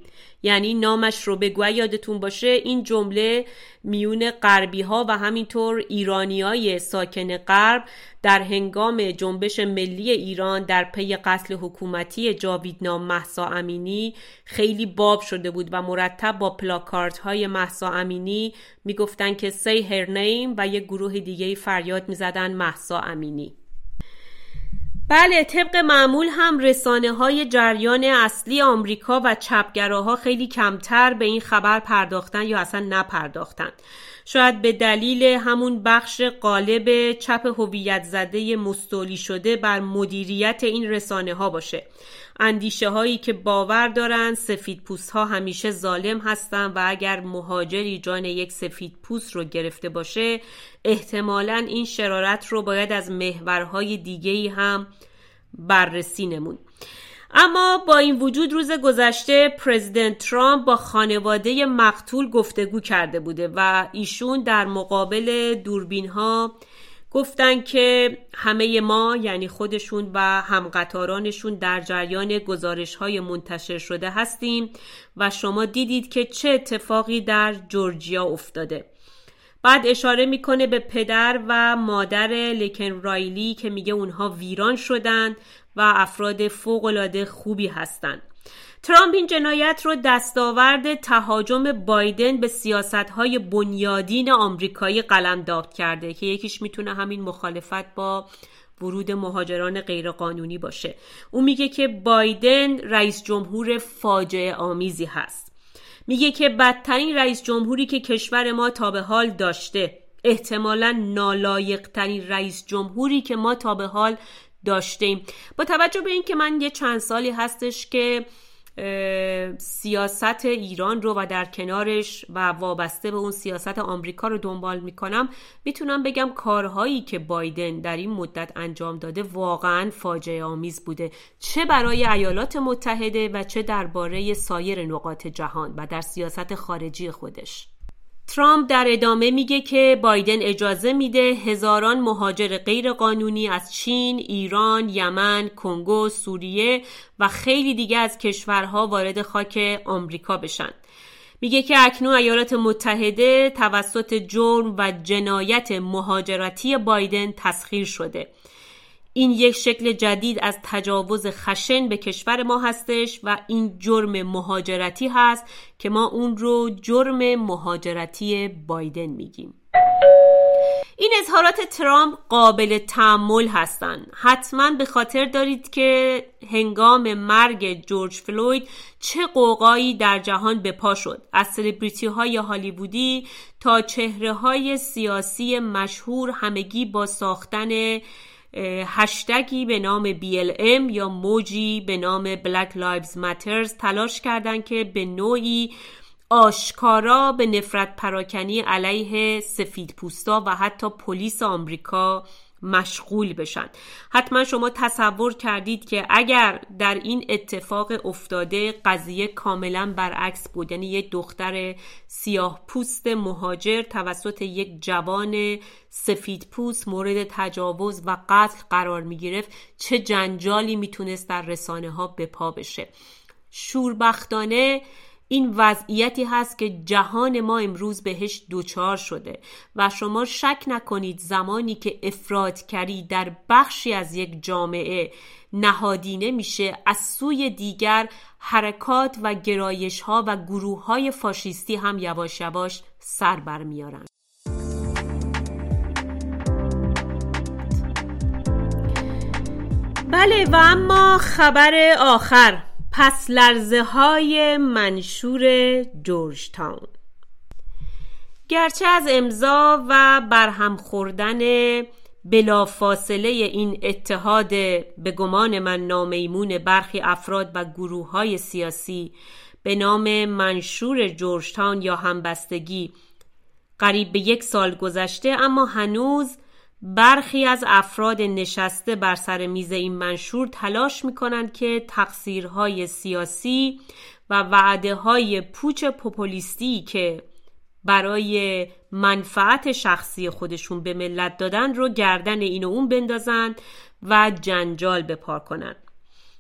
یعنی نامش رو بگو. یادتون باشه این جمله میون غربی ها و همینطور ایرانیای ساکن غرب در هنگام جنبش ملی ایران در پی قتل حکومتی جاویدنام مهسا امینی خیلی باب شده بود و مرتب با پلاکارت های مهسا امینی میگفتن که say her name و یک گروه دیگه فریاد میزدن مهسا امینی. بله، طبق معمول هم رسانه های جریان اصلی آمریکا و چپگراها خیلی کمتر به این خبر پرداختن یا اصلا نپرداختن. شاید به دلیل همون بخش غالب چپ هویت زده مستولی شده بر مدیریت این رسانه ها باشه. اندیشه هایی که باور دارن سفید پوست ها همیشه ظالم هستن و اگر مهاجری جان یک سفید پوست رو گرفته باشه احتمالاً این شرارت رو باید از محورهای دیگه‌ای هم بررسی نمون. اما با این وجود روز گذشته پرزیدنت ترامپ با خانواده مقتول گفتگو کرده بوده و ایشون در مقابل دوربین ها گفتن که همه ما یعنی خودشون و همقطارانشون در جریان گزارش های منتشر شده هستیم و شما دیدید که چه اتفاقی در جورجیا افتاده. بعد اشاره میکنه به پدر و مادر لیکن رایلی که میگه اونها ویران شدن و افراد فوق‌العاده خوبی هستن. ترامپ این جنایت رو دستاورد تهاجم بایدن به سیاست‌های بنیادین آمریکایی قلمداد کرده که یکیش میتونه همین مخالفت با ورود مهاجران غیرقانونی باشه. اون میگه که بایدن رئیس جمهور فاجعه آمیزی هست. میگه که بدترین رئیس جمهوری که کشور ما تا به حال داشته، احتمالاً نالایق‌ترین رئیس جمهوری که ما تا به حال داشتیم. با توجه به این که من یه چند سالی هستش که سیاست ایران رو و در کنارش و وابسته به اون سیاست آمریکا رو دنبال میکنم، میتونم بگم کارهایی که بایدن در این مدت انجام داده واقعا فاجعه آمیز بوده، چه برای ایالات متحده و چه درباره سایر نقاط جهان و در سیاست خارجی خودش. ترامپ در ادامه میگه که بایدن اجازه میده هزاران مهاجر غیر قانونی از چین، ایران، یمن، کنگو، سوریه و خیلی دیگه از کشورها وارد خاک آمریکا بشن. میگه که اکنون ایالات متحده توسط جرم و جنایت مهاجرتی بایدن تسخیر شده. این یک شکل جدید از تجاوز خشن به کشور ما هستش و این جرم مهاجرتی هست که ما اون رو جرم مهاجرتی بایدن میگیم. این اظهارات ترامپ قابل تأمل هستن. حتما به خاطر دارید که هنگام مرگ جورج فلوید چه قوقایی در جهان به پا شد، از سلبریتی های هالیوودی تا چهره های سیاسی مشهور، همگی با ساختن هشتگی به نام بی ال ام یا موجی به نام Black Lives Matter تلاش کردند که به نوعی آشکارا به نفرت پراکنی علیه سفیدپوستا و حتی پلیس آمریکا مشغول بشن. حتما شما تصور کردید که اگر در این اتفاق افتاده قضیه کاملا برعکس بود، یعنی یک دختر سیاه پوست مهاجر توسط یک جوان سفید پوست مورد تجاوز و قتل قرار می گرفت، چه جنجالی می تونست در رسانه ها به پا بشه. شوربختانه این وضعیتی هست که جهان ما امروز بهش دوچار شده و شما شک نکنید زمانی که افراطگری در بخشی از یک جامعه نهادینه میشه، از سوی دیگر حرکات و گرایش ها و گروه های فاشیستی هم یواش یواش سر برمیارن. بله، و اما خبر آخر، پس لرزه های منشور جورج تاون. گرچه از امضا و برهم خوردن بلافاصله این اتحاد به گمان من نامیمون برخی افراد و گروه های سیاسی به نام منشور جورج تاون یا همبستگی قریب به یک سال گذشته، اما هنوز برخی از افراد نشسته بر سر میز این منشور تلاش میکنند که تقصیرهای سیاسی و وعده‌های پوچ پوپولیستی که برای منفعت شخصی خودشون به ملت دادن رو گردن این و اون بندازن و جنجال بپا کنن.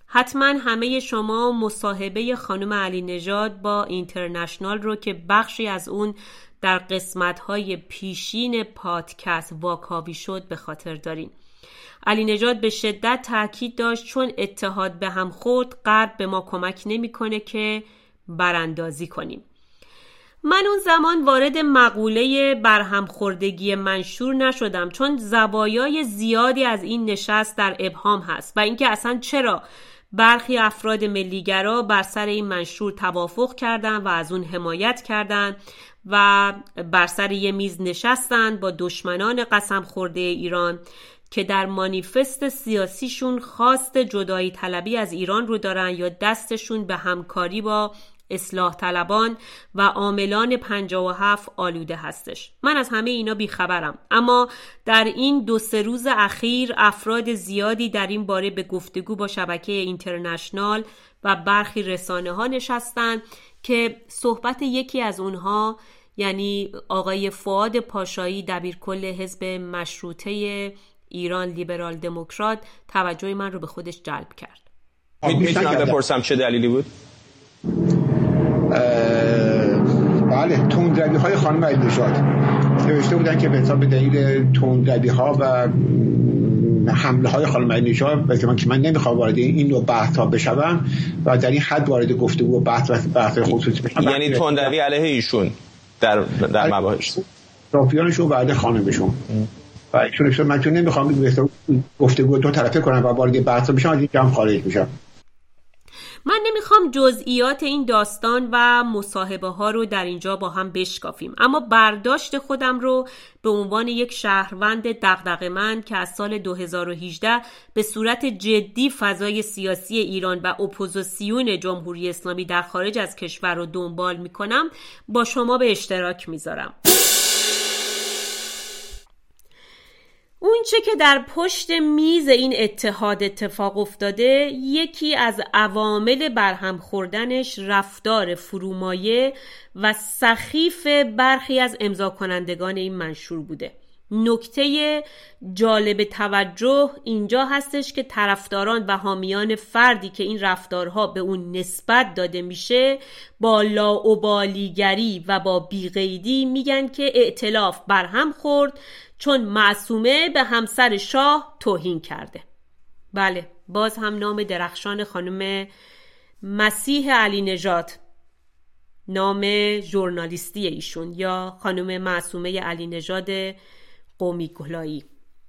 حتما همه شما مصاحبه خانم علی نژاد با اینترنشنال رو که بخشی از اون در قسمت‌های پیشین پادکست واکاوی شد به خاطر دارین. علی نژاد به شدت تاکید داشت چون اتحاد به هم خورد، غرب به ما کمک نمی‌کنه که براندازی کنیم. من اون زمان وارد مقوله برهمخوردگی منشور نشدم چون زوایای زیادی از این نشست در ابهام هست و اینکه اصلا چرا برخی افراد ملیگرا بر سر این منشور توافق کردن و از اون حمایت کردن و بر سر یه میز نشستن با دشمنان قسم خورده ایران که در مانیفست سیاسیشون خواست جدایی طلبی از ایران رو دارن یا دستشون به همکاری با اصلاح طلبان و عاملان پنجاه و هفت آلوده هستش. من از همه اینا بیخبرم، اما در این دو سه روز اخیر افراد زیادی در این باره به گفتگو با شبکه اینترنشنال و برخی رسانه ها نشستن که صحبت یکی از اونها، یعنی آقای فؤاد پاشایی دبیرکل حزب مشروطه ایران لیبرال دموکرات، توجه من رو به خودش جلب کرد. میتونم بپرسم چه دلیلی بود؟ بله، تندروی های خانم علی نژاد نوشته بودن که به حساب دلیل تندروی ها و حمله های خانم علی نژاد، واسه من که من نمیخوام وارد این نوع بحث ها بشم و در این حد وارد گفتگو و بحث و بحث خصوصی بشم. یعنی تندروی علیه ایشون در در مباحث رافیانشون و علیه خانمشون و ایشون، من چون نمیخوام گفتگو دو طرفه کنم و وارد بحث بشم از این جمع خارج میشم. من نمیخوام جزئیات این داستان و مصاحبه ها رو در اینجا با هم بشکافیم، اما برداشت خودم رو به عنوان یک شهروند دغدغه‌مند که از سال دو هزار و هجده به صورت جدی فضای سیاسی ایران و اپوزیسیون جمهوری اسلامی در خارج از کشور رو دنبال میکنم با شما به اشتراک میذارم. اون چه که در پشت میز این اتحاد اتفاق افتاده، یکی از عوامل برهم خوردنش رفتار فرومایه و سخیف برخی از امضا کنندگان این منشور بوده. نکته جالب توجه اینجا هستش که طرفداران و حامیان فردی که این رفتارها به اون نسبت داده میشه با لاابالیگری و با بیقیدی میگن که ائتلاف برهم خورد چون معصومه به همسر شاه توهین کرده. بله، باز هم نام درخشان خانم مسیح علی نژاد، نام ژورنالیستی ایشون، یا خانم معصومه علی نژاد قومی گلایی.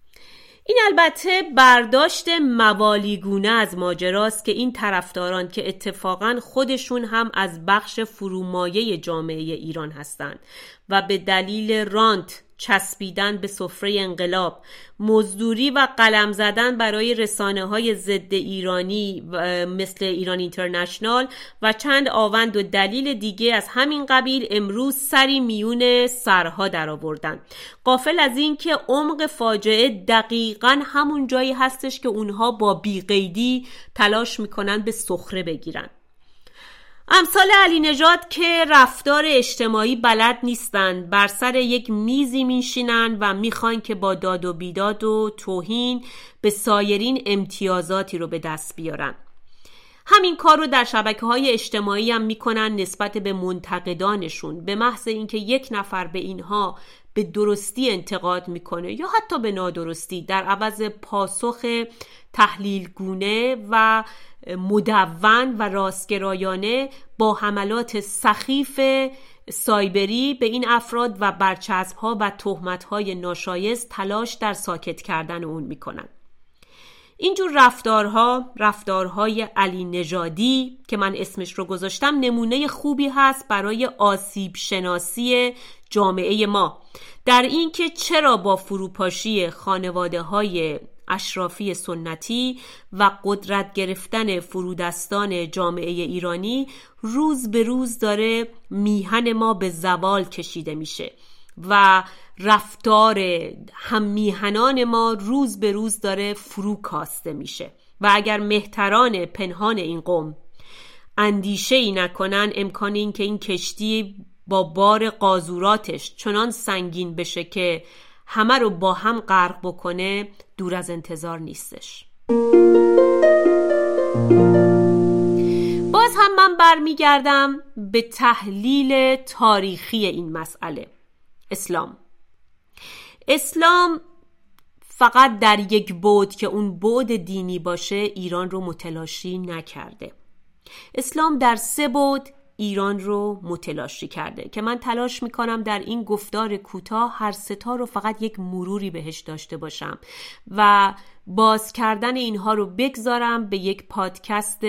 این البته برداشت موالیگونه از ماجراست که این طرفداران که اتفاقاً خودشون هم از بخش فرومایه جامعه ایران هستند و به دلیل رانت چسبیدن به سفره انقلاب، مزدوری و قلم زدن برای رسانه‌های ضد ایرانی مثل ایران اینترنشنال و چند آوند و دلیل دیگه از همین قبیل امروز سری میون سرها در آوردن، غافل از این که عمق فاجعه دقیقاً همون جایی هستش که اونها با بیقیدی تلاش میکنن به سخره بگیرن. امثال علی نژاد که رفتار اجتماعی بلد نیستن، بر سر یک میزی میشینن و میخوان که با داد و بیداد و توهین به سایرین امتیازاتی رو به دست بیارن. همین کار رو در شبکه‌های اجتماعی هم میکنن نسبت به منتقدانشون، به محض اینکه یک نفر به اینها به درستی انتقاد میکنه یا حتی به نادرستی، در عوض پاسخ تحلیلگونه و مدون و راستگرایانه با حملات سخیف سایبری به این افراد و برچسب‌ها و تهمت‌های ناشایست تلاش در ساکت کردن اون میکنن. اینجور رفتارها، رفتارهای علی نژادی که من اسمش رو گذاشتم، نمونه خوبی هست برای آسیب شناسی جامعه ما در این که چرا با فروپاشی خانواده‌های اشرافی سنتی و قدرت گرفتن فرودستان جامعه ایرانی روز به روز داره میهن ما به زوال کشیده میشه و رفتار هم میهنان ما روز به روز داره فرو کاسته میشه و اگر مهتران پنهان این قوم اندیشه ای نکنن، امکان این که این کشتی با بار قاذوراتش چنان سنگین بشه که همه رو با هم غرق بکنه دور از انتظار نیستش. باز هم من برمیگردم به تحلیل تاریخی این مسئله. اسلام اسلام فقط در یک بعد که اون بعد دینی باشه ایران رو متلاشی نکرده. اسلام در سه بعد ایران رو متلاشی کرده که من تلاش میکنم در این گفتار کوتاه هر سه تا رو فقط یک مروری بهش داشته باشم و باز کردن اینها رو بگذارم به یک پادکست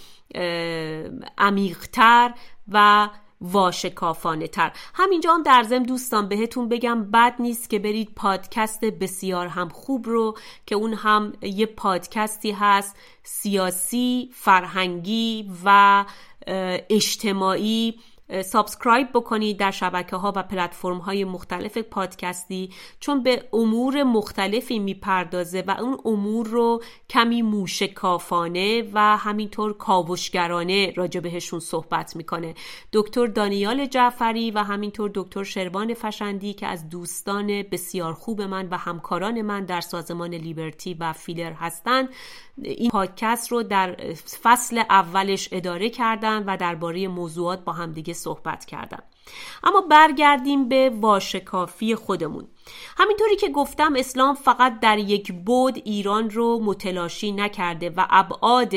عمیق‌تر و واشکافانه تر. همینجا هم در ضمن دوستان بهتون بگم بد نیست که برید پادکست بسیار هم خوب رو که اون هم یه پادکستی هست سیاسی، فرهنگی و اجتماعی، سابسکرایب بکنید در شبکه ها و پلتفرم های مختلف پادکستی، چون به امور مختلفی میپردازه و اون امور رو کمی موشکافانه و همینطور کاوشگرانه راجع بهشون صحبت میکنه. دکتر دانیال جعفری و همینطور دکتر شروان فشندی که از دوستان بسیار خوب من و همکاران من در سازمان لیبرتی و فیلر هستن این پادکست رو در فصل اولش اداره کردن و درباره موضوعات با هم دیگه صحبت کردن. اما برگردیم به واشکافی خودمون. همینطوری که گفتم اسلام فقط در یک بعد ایران رو متلاشی نکرده و ابعاد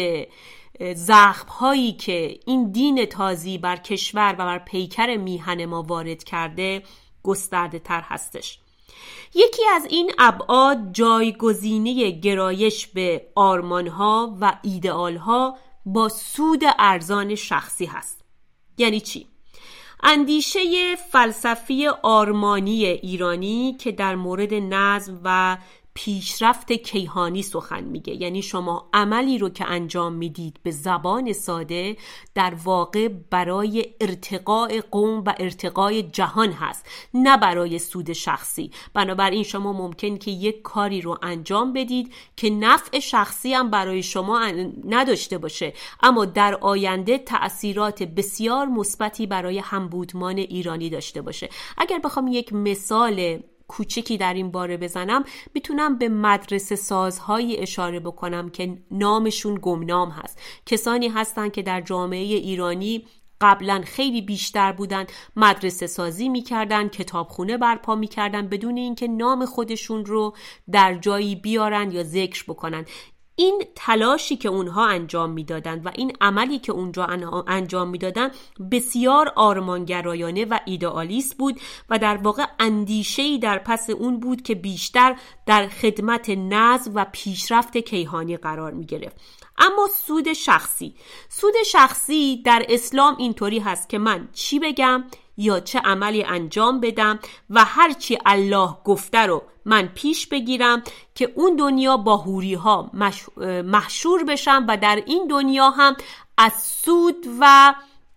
زخم‌هایی که این دین تازی بر کشور و بر پیکر میهن ما وارد کرده گسترده تر هستش. یکی از این ابعاد جایگزینی گرایش به آرمان‌ها و ایدئال‌ها با سود ارزان شخصی هست. یعنی چی؟ اندیشه فلسفی آرمانی ایرانی که در مورد نظم و پیشرفت کیهانی سخن میگه، یعنی شما عملی رو که انجام میدید به زبان ساده در واقع برای ارتقاء قوم و ارتقاء جهان هست، نه برای سود شخصی. بنابراین شما ممکن که یک کاری رو انجام بدید که نفع شخصی هم برای شما نداشته باشه، اما در آینده تأثیرات بسیار مثبتی برای همبودمان ایرانی داشته باشه. اگر بخوام یک مثال کوچکی در این باره بزنم، میتونم به مدرسه سازهایی اشاره بکنم که نامشون گمنام هست. کسانی هستن که در جامعه ایرانی قبلا خیلی بیشتر بودن، مدرسه سازی میکردن، کتابخونه برپا میکردن بدون اینکه نام خودشون رو در جایی بیارن یا ذکر بکنن. این تلاشی که اونها انجام میدادن و این عملی که اونجا انجام میدادن بسیار آرمانگرایانه و ایدئالیست بود و در واقع اندیشه‌ای در پس اون بود که بیشتر در خدمت نظم و پیشرفت کیهانی قرار میگرفت. اما سود شخصی سود شخصی در اسلام اینطوری هست که من چی بگم یا چه عملی انجام بدم و هر چی الله گفته رو من پیش بگیرم که اون دنیا با حوری ها محشور بشم و در این دنیا هم از سود و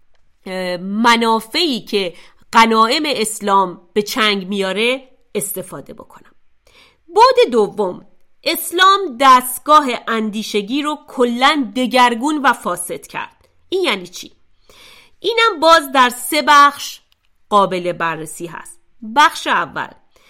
منافعی که غنایم اسلام به چنگ میاره استفاده بکنم. بعد دوم، اسلام دستگاه اندیشگی رو کلاً دگرگون و فاسد کرد. این یعنی چی؟ اینم باز در سه بخش قابل بررسی هست. بخش اول،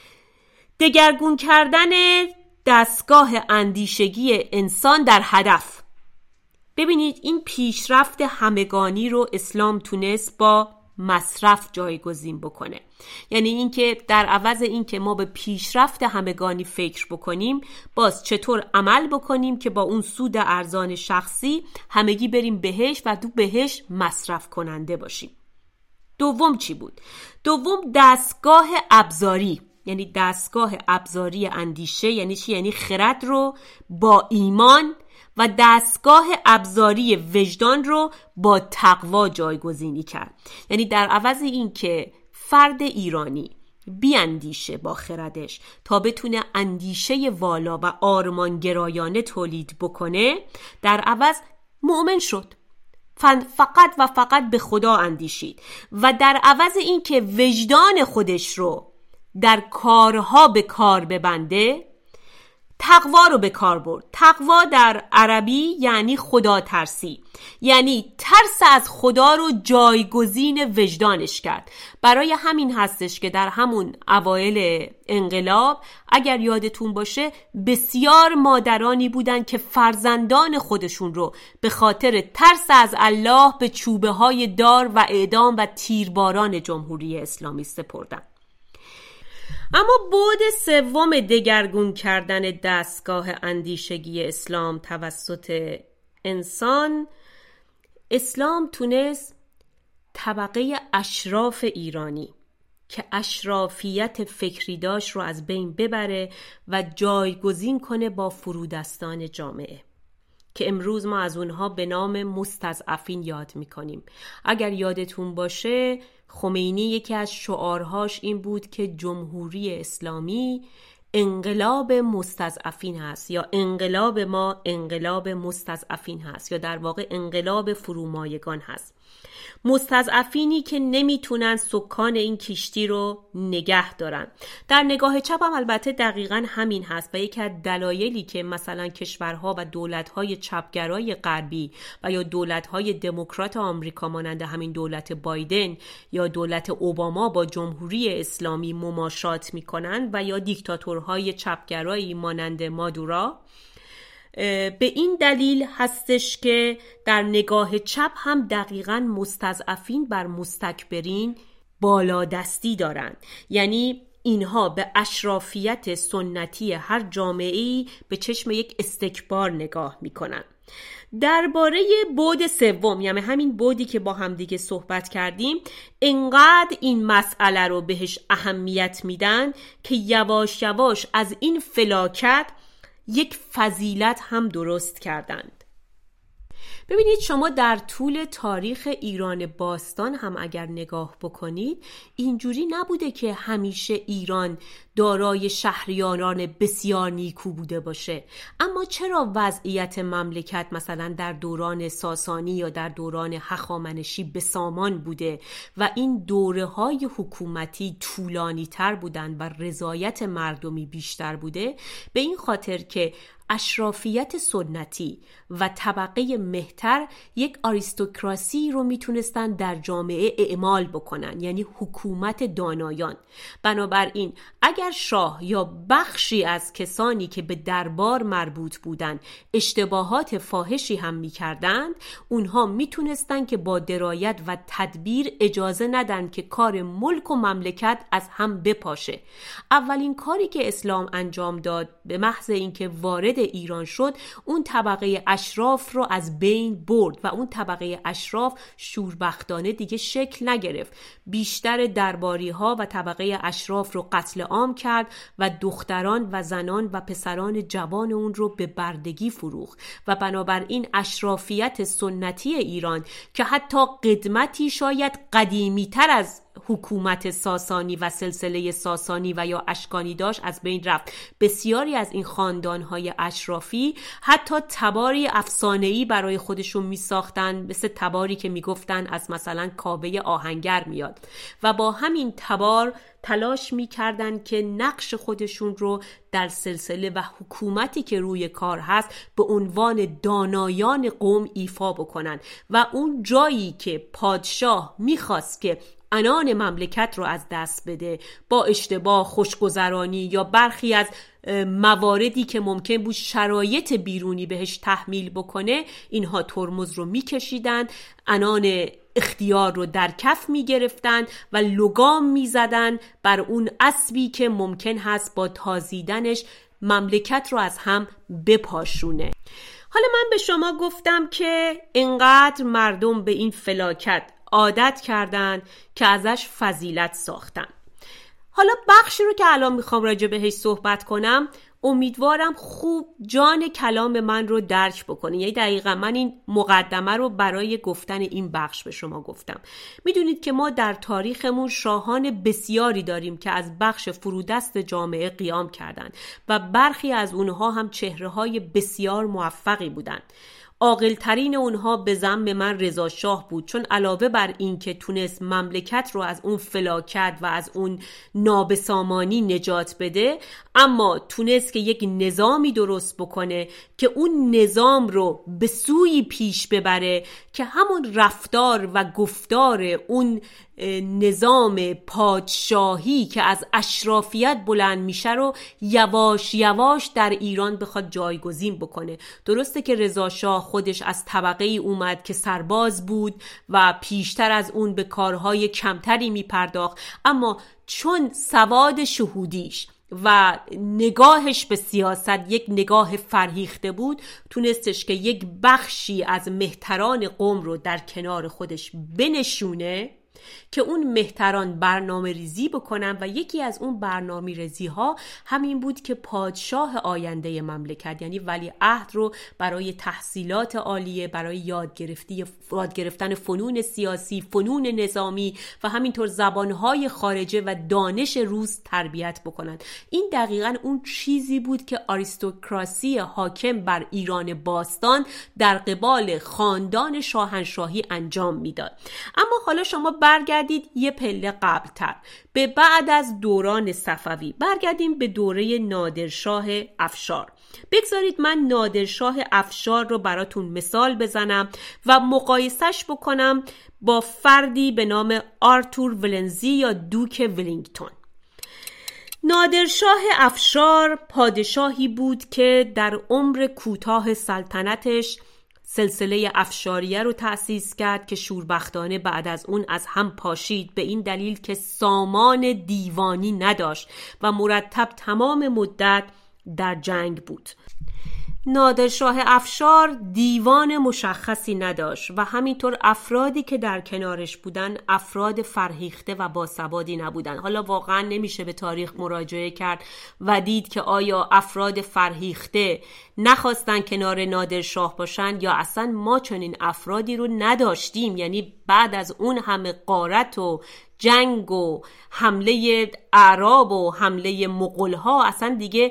دگرگون کردن دستگاه اندیشگی انسان در هدف. ببینید این پیشرفت همگانی رو اسلام تونست با مصرف جایگزین بکنه. یعنی اینکه در عوض اینکه ما به پیشرفت همگانی فکر بکنیم، باز چطور عمل بکنیم که با اون سود ارزان شخصی همگی بریم بهش و دو بهش مصرف کننده باشیم. دوم چی بود؟ دوم دستگاه ابزاری، یعنی دستگاه ابزاری اندیشه. یعنی چی؟ یعنی خرد رو با ایمان و دستگاه ابزاری وجدان رو با تقوا جایگزینی کرد. یعنی در عوض این که فرد ایرانی بیاندیشه با خردش تا بتونه اندیشه والا و آرمانگرایانه تولید بکنه، در عوض مؤمن شد، فقط و فقط به خدا اندیشید و در عوض این که وجدان خودش رو در کارها به کار ببنده، تقوا رو به کار برد. تقوا در عربی یعنی خدا ترسی، یعنی ترس از خدا رو جایگزین وجدانش کرد. برای همین هستش که در همون اوایل انقلاب اگر یادتون باشه بسیار مادرانی بودن که فرزندان خودشون رو به خاطر ترس از الله به چوبه های دار و اعدام و تیرباران جمهوری اسلامی سپردن. اما بعد سوم دگرگون کردن دستگاه اندیشگی اسلام توسط انسان، اسلام تونست طبقه اشراف ایرانی که اشرافیت فکری داشت رو از بین ببره و جایگزین کنه با فرودستان جامعه که امروز ما از اونها به نام مستضعفین یاد میکنیم. اگر یادتون باشه خمینی یکی از شعارهاش این بود که جمهوری اسلامی انقلاب مستضعفین هست، یا انقلاب ما انقلاب مستضعفین هست، یا در واقع انقلاب فرومایگان هست. مستضعفینی که نمیتونن سکان این کشتی رو نگه دارن. در نگاه چپ هم البته دقیقاً همین هست و یکی از دلایلی که مثلا کشورها و دولت‌های چپگرای غربی و یا دولت‌های دموکرات آمریکا مانند همین دولت بایدن یا دولت اوباما با جمهوری اسلامی مماشات میکنن و یا دیکتاتورهای چپگرایی مانند مادورا، به این دلیل هستش که در نگاه چپ هم دقیقاً مستضعفین بر مستکبرین بالادستی دارن. یعنی اینها به اشرافیت سنتی هر جامعه‌ای به چشم یک استکبار نگاه میکنن. درباره بعد سوم، یعنی همین بعدی که با هم دیگه صحبت کردیم، انقدر این مسئله رو بهش اهمیت میدن که یواش یواش از این فلاکت یک فضیلت هم درست کردند. ببینید شما در طول تاریخ ایران باستان هم اگر نگاه بکنید اینجوری نبوده که همیشه ایران دارای شهریاران بسیار نیکو بوده باشه. اما چرا وضعیت مملکت مثلا در دوران ساسانی یا در دوران هخامنشی بسامان بوده و این دوره‌های حکومتی طولانی تر بودن و رضایت مردمی بیشتر بوده؟ به این خاطر که اشرافیت سنتی و طبقه مهتر یک آریستوکراسی رو میتونستن در جامعه اعمال بکنن، یعنی حکومت دانایان. بنابراین اگر شاه یا بخشی از کسانی که به دربار مربوط بودن اشتباهات فاحشی هم میکردند، اونها میتونستن که با درایت و تدبیر اجازه ندن که کار ملک و مملکت از هم بپاشه. اولین کاری که اسلام انجام داد به محض اینکه وارد ایران شد، اون طبقه اشراف رو از بین برد و اون طبقه اشراف شوربختانه دیگه شکل نگرفت. بیشتر درباری ها و طبقه اشراف رو قتل عام کرد و دختران و زنان و پسران جوان اون رو به بردگی فروخت و بنابراین اشرافیت سنتی ایران که حتی قدمتی شاید قدیمی تر از حکومت ساسانی و سلسله ساسانی و یا اشکانی داشت از بین رفت. بسیاری از این خاندان‌های اشرافی حتی تباری افسانه‌ای برای خودشون می‌ساختن، مثل تباری که میگفتن از مثلا کاوه آهنگر میاد و با همین تبار تلاش می‌کردن که نقش خودشون رو در سلسله و حکومتی که روی کار هست به عنوان دانایان قوم ایفا بکنن و اون جایی که پادشاه می‌خواست که عنان مملکت رو از دست بده با اشتباه، خوشگذرانی یا برخی از مواردی که ممکن بود شرایط بیرونی بهش تحمیل بکنه، اینها ترمز رو میکشیدن، عنان اختیار رو در کف میگرفتن و لگام میزدن بر اون اسبی که ممکن هست با تازیدنش مملکت رو از هم بپاشونه. حالا من به شما گفتم که اینقدر مردم به این فلاکت عادت کردن که ازش فضیلت ساختن. حالا بخشی رو که الان میخوام راجع بهش صحبت کنم امیدوارم خوب جان کلام من رو درک بکنید. یعنی دقیقا من این مقدمه رو برای گفتن این بخش به شما گفتم. میدونید که ما در تاریخمون شاهان بسیاری داریم که از بخش فرودست جامعه قیام کردن و برخی از اونها هم چهره‌های بسیار موفقی بودن. عاقل‌ترین اونها به ذم من رضا شاه بود، چون علاوه بر این که تونست مملکت رو از اون فلاکت و از اون نابسامانی نجات بده، اما تونست که یک نظامی درست بکنه که اون نظام رو به سوی پیش ببره که همون رفتار و گفتار اون نظام پادشاهی که از اشرافیت بلند میشه رو یواش یواش در ایران بخواد جایگزین بکنه. درسته که رضا شاه خودش از طبقه ای اومد که سرباز بود و پیشتر از اون به کارهای کمتری میپرداخت، اما چون سواد شهودیش و نگاهش به سیاست یک نگاه فرهیخته بود، تونستش که یک بخشی از مهتران قوم رو در کنار خودش بنشونه که اون مهتران برنامه ریزی بکنن و یکی از اون برنامه ریزی ها همین بود که پادشاه آینده مملکت یعنی ولیعهد رو برای تحصیلات عالیه، برای یاد گرفتی یاد گرفتن فنون سیاسی، فنون نظامی و همینطور زبانهای خارجه و دانش روز تربیت بکنن. این دقیقاً اون چیزی بود که آریستوکراسی حاکم بر ایران باستان در قبال خاندان شاهنشاهی انجام میداد. اما حالا شما برگردید یه پله قبلتر، به بعد از دوران صفوی برگردیم به دوره نادرشاه افشار. بگذارید من نادرشاه افشار رو براتون مثال بزنم و مقایسش بکنم با فردی به نام آرتور ولنزی یا دوک ولینگتون. نادرشاه افشار پادشاهی بود که در عمر کوتاه سلطنتش سلسله افشاریه رو تأسیس کرد که شوربختانه بعد از اون از هم پاشید، به این دلیل که سامان دیوانی نداشت و مرتب تمام مدت در جنگ بود. نادرشاه افشار دیوان مشخصی نداشت و همینطور افرادی که در کنارش بودن افراد فرهیخته و باسوادی نبودن. حالا واقعا نمیشه به تاریخ مراجعه کرد و دید که آیا افراد فرهیخته نخواستن کنار نادرشاه باشن یا اصلا ما چنین افرادی رو نداشتیم. یعنی بعد از اون همه غارت و جنگ و حمله اعراب و حمله مغول‌ها اصلا دیگه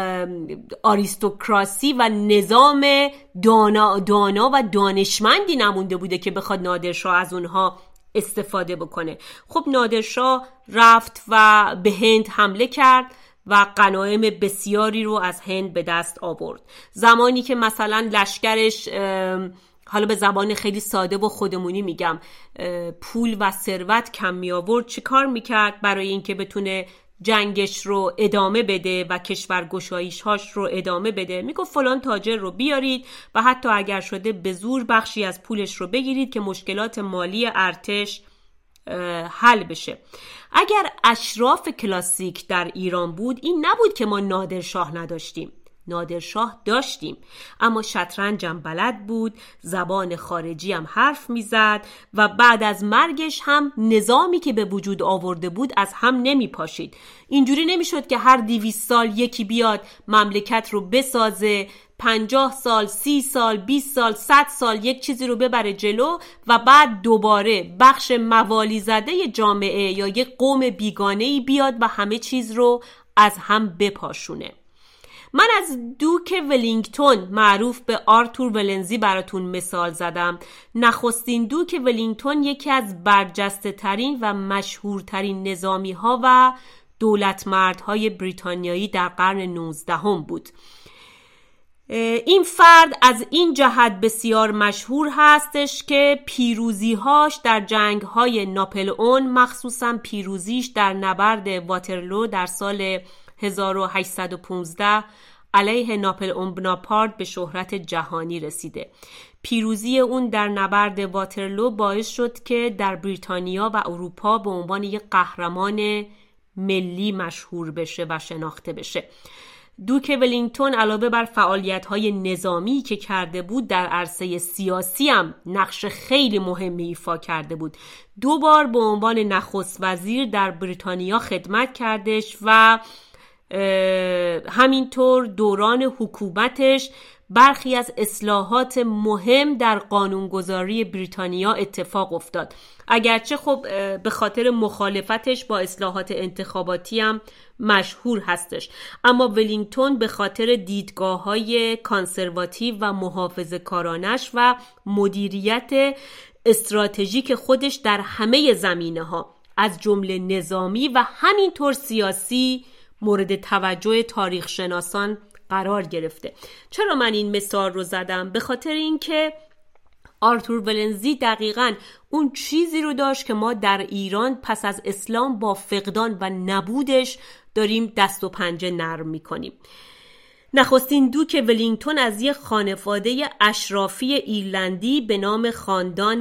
آریستوکراسی و نظام دانا, دانا و دانشمندی نمونده بوده که بخواد نادرشاه از اونها استفاده بکنه. خب نادرشاه رفت و به هند حمله کرد و غنایم بسیاری رو از هند به دست آورد. زمانی که مثلا لشکرش حالا به زبان خیلی ساده و خودمونی میگم پول و ثروت کم می آورد، چی کار میکرد برای اینکه بتونه جنگش رو ادامه بده و کشورگشاییش هاش رو ادامه بده؟ میگفت فلان تاجر رو بیارید و حتی اگر شده به زور بخشی از پولش رو بگیرید که مشکلات مالی ارتش حل بشه. اگر اشراف کلاسیک در ایران بود این نبود که ما نادرشاه نداشتیم. نادرشاه داشتیم، اما شطرنج هم بلد بود، زبان خارجی هم حرف میزد و بعد از مرگش هم نظامی که به وجود آورده بود از هم نمی پاشید. اینجوری نمیشد که هر دویست سال یکی بیاد مملکت رو بسازه، پنجاه سال، سی سال، بیست سال، صد سال یک چیزی رو ببره جلو و بعد دوباره بخش موالی زده جامعه یا یک قوم بیگانه‌ای بیاد و همه چیز رو از هم بپاشونه. من از دوک ولینگتون معروف به آرتور ولنزی براتون مثال زدم. نخستین دوک ولینگتون یکی از برجسته ترین و مشهورترین نظامی ها و دولتمردهای بریتانیایی در قرن نوزدهم بود. این فرد از این جهت بسیار مشهور هستش که پیروزی‌هاش در جنگ‌های ناپلئون، مخصوصاً پیروزیش در نبرد واترلو در سال هزار و هشتصد و پانزده علیه ناپلئون بناپارت به شهرت جهانی رسیده. پیروزی اون در نبرد واترلو باعث شد که در بریتانیا و اروپا به عنوان یک قهرمان ملی مشهور بشه و شناخته بشه. دوک ولینگتون علاوه بر فعالیت‌های نظامی که کرده بود، در عرصه سیاسی هم نقش خیلی مهمی ایفا کرده بود. دو بار به عنوان نخست وزیر در بریتانیا خدمت کردش و همینطور دوران حکومتش برخی از اصلاحات مهم در قانونگذاری بریتانیا اتفاق افتاد. اگرچه خب به خاطر مخالفتش با اصلاحات انتخاباتی هم مشهور هستش، اما ولینگتون به خاطر دیدگاه‌های کانسرواتیو و محافظه‌کارانش و مدیریت استراتژیک خودش در همه زمینه‌ها از جمله نظامی و همینطور سیاسی مورد توجه تاریخ شناسان قرار گرفته. چرا من این مثال رو زدم؟ به خاطر اینکه آرتور ولنزلی دقیقاً اون چیزی رو داشت که ما در ایران پس از اسلام با فقدان و نبودش داریم دست و پنجه نرم میکنیم. نخستین دوک ولینگتون از یک خانواده اشرافی ایرلندی به نام خاندان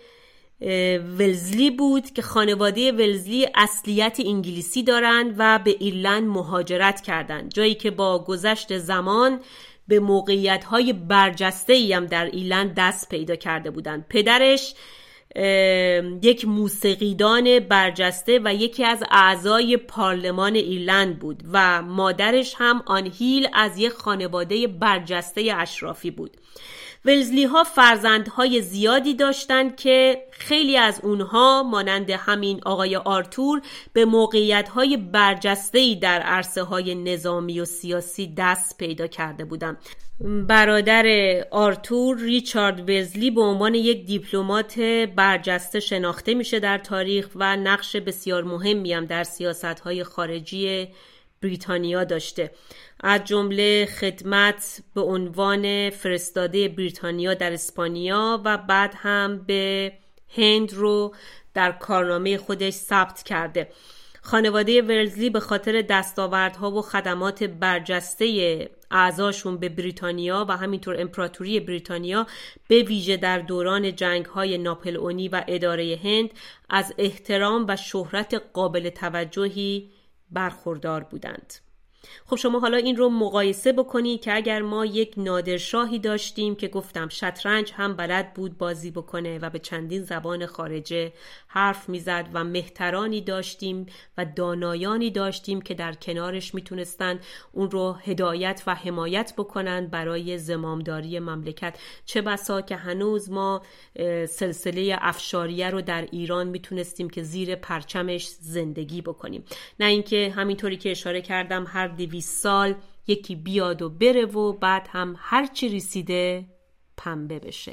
ولزلی بود که خانواده ولزلی اصلیت انگلیسی دارند و به ایرلند مهاجرت کردند، جایی که با گذشت زمان به موقعیت‌های برجسته‌ای هم در ایرلند دست پیدا کرده بودند. پدرش یک موسیقیدان برجسته و یکی از اعضای پارلمان ایرلند بود و مادرش هم آنهیل از یک خانواده برجسته اشرافی بود. ولزلی ها فرزندهای زیادی داشتند که خیلی از اونها مانند همین آقای آرتور به موقعیت‌های برجسته‌ای در عرصه‌های نظامی و سیاسی دست پیدا کرده بودند. برادر آرتور ریچارد ولزلی به عنوان یک دیپلمات برجسته شناخته میشه در تاریخ و نقش بسیار مهمی هم در سیاست‌های خارجی بریتانیا داشته، از جمله خدمت به عنوان فرستاده بریتانیا در اسپانیا و بعد هم به هند رو در کارنامه خودش ثبت کرده. خانواده ولزلی به خاطر دستاوردها و خدمات برجسته اعضاشون به بریتانیا و همینطور امپراتوری بریتانیا به ویژه در دوران جنگ‌های ناپلئونی و اداره هند از احترام و شهرت قابل توجهی برخوردار بودند. خب شما حالا این رو مقایسه بکنید که اگر ما یک نادرشاهی داشتیم که گفتم شطرنج هم بلد بود بازی بکنه و به چندین زبان خارجه حرف میزد و مهترانی داشتیم و دانایانی داشتیم که در کنارش میتونستن اون رو هدایت و حمایت بکنن برای زمامداری مملکت، چه بسا که هنوز ما سلسله افشاریه رو در ایران میتونستیم که زیر پرچمش زندگی بکنیم، نه اینکه همینطوری که اشاره کردم هر دویست سال یکی بیاد و بره و بعد هم هر چی رسیده پنبه بشه.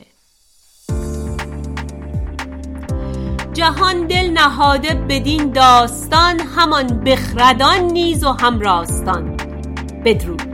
جهان دل نهاده بدین داستان، همان بخردان نیز و هم راستان. بدرود.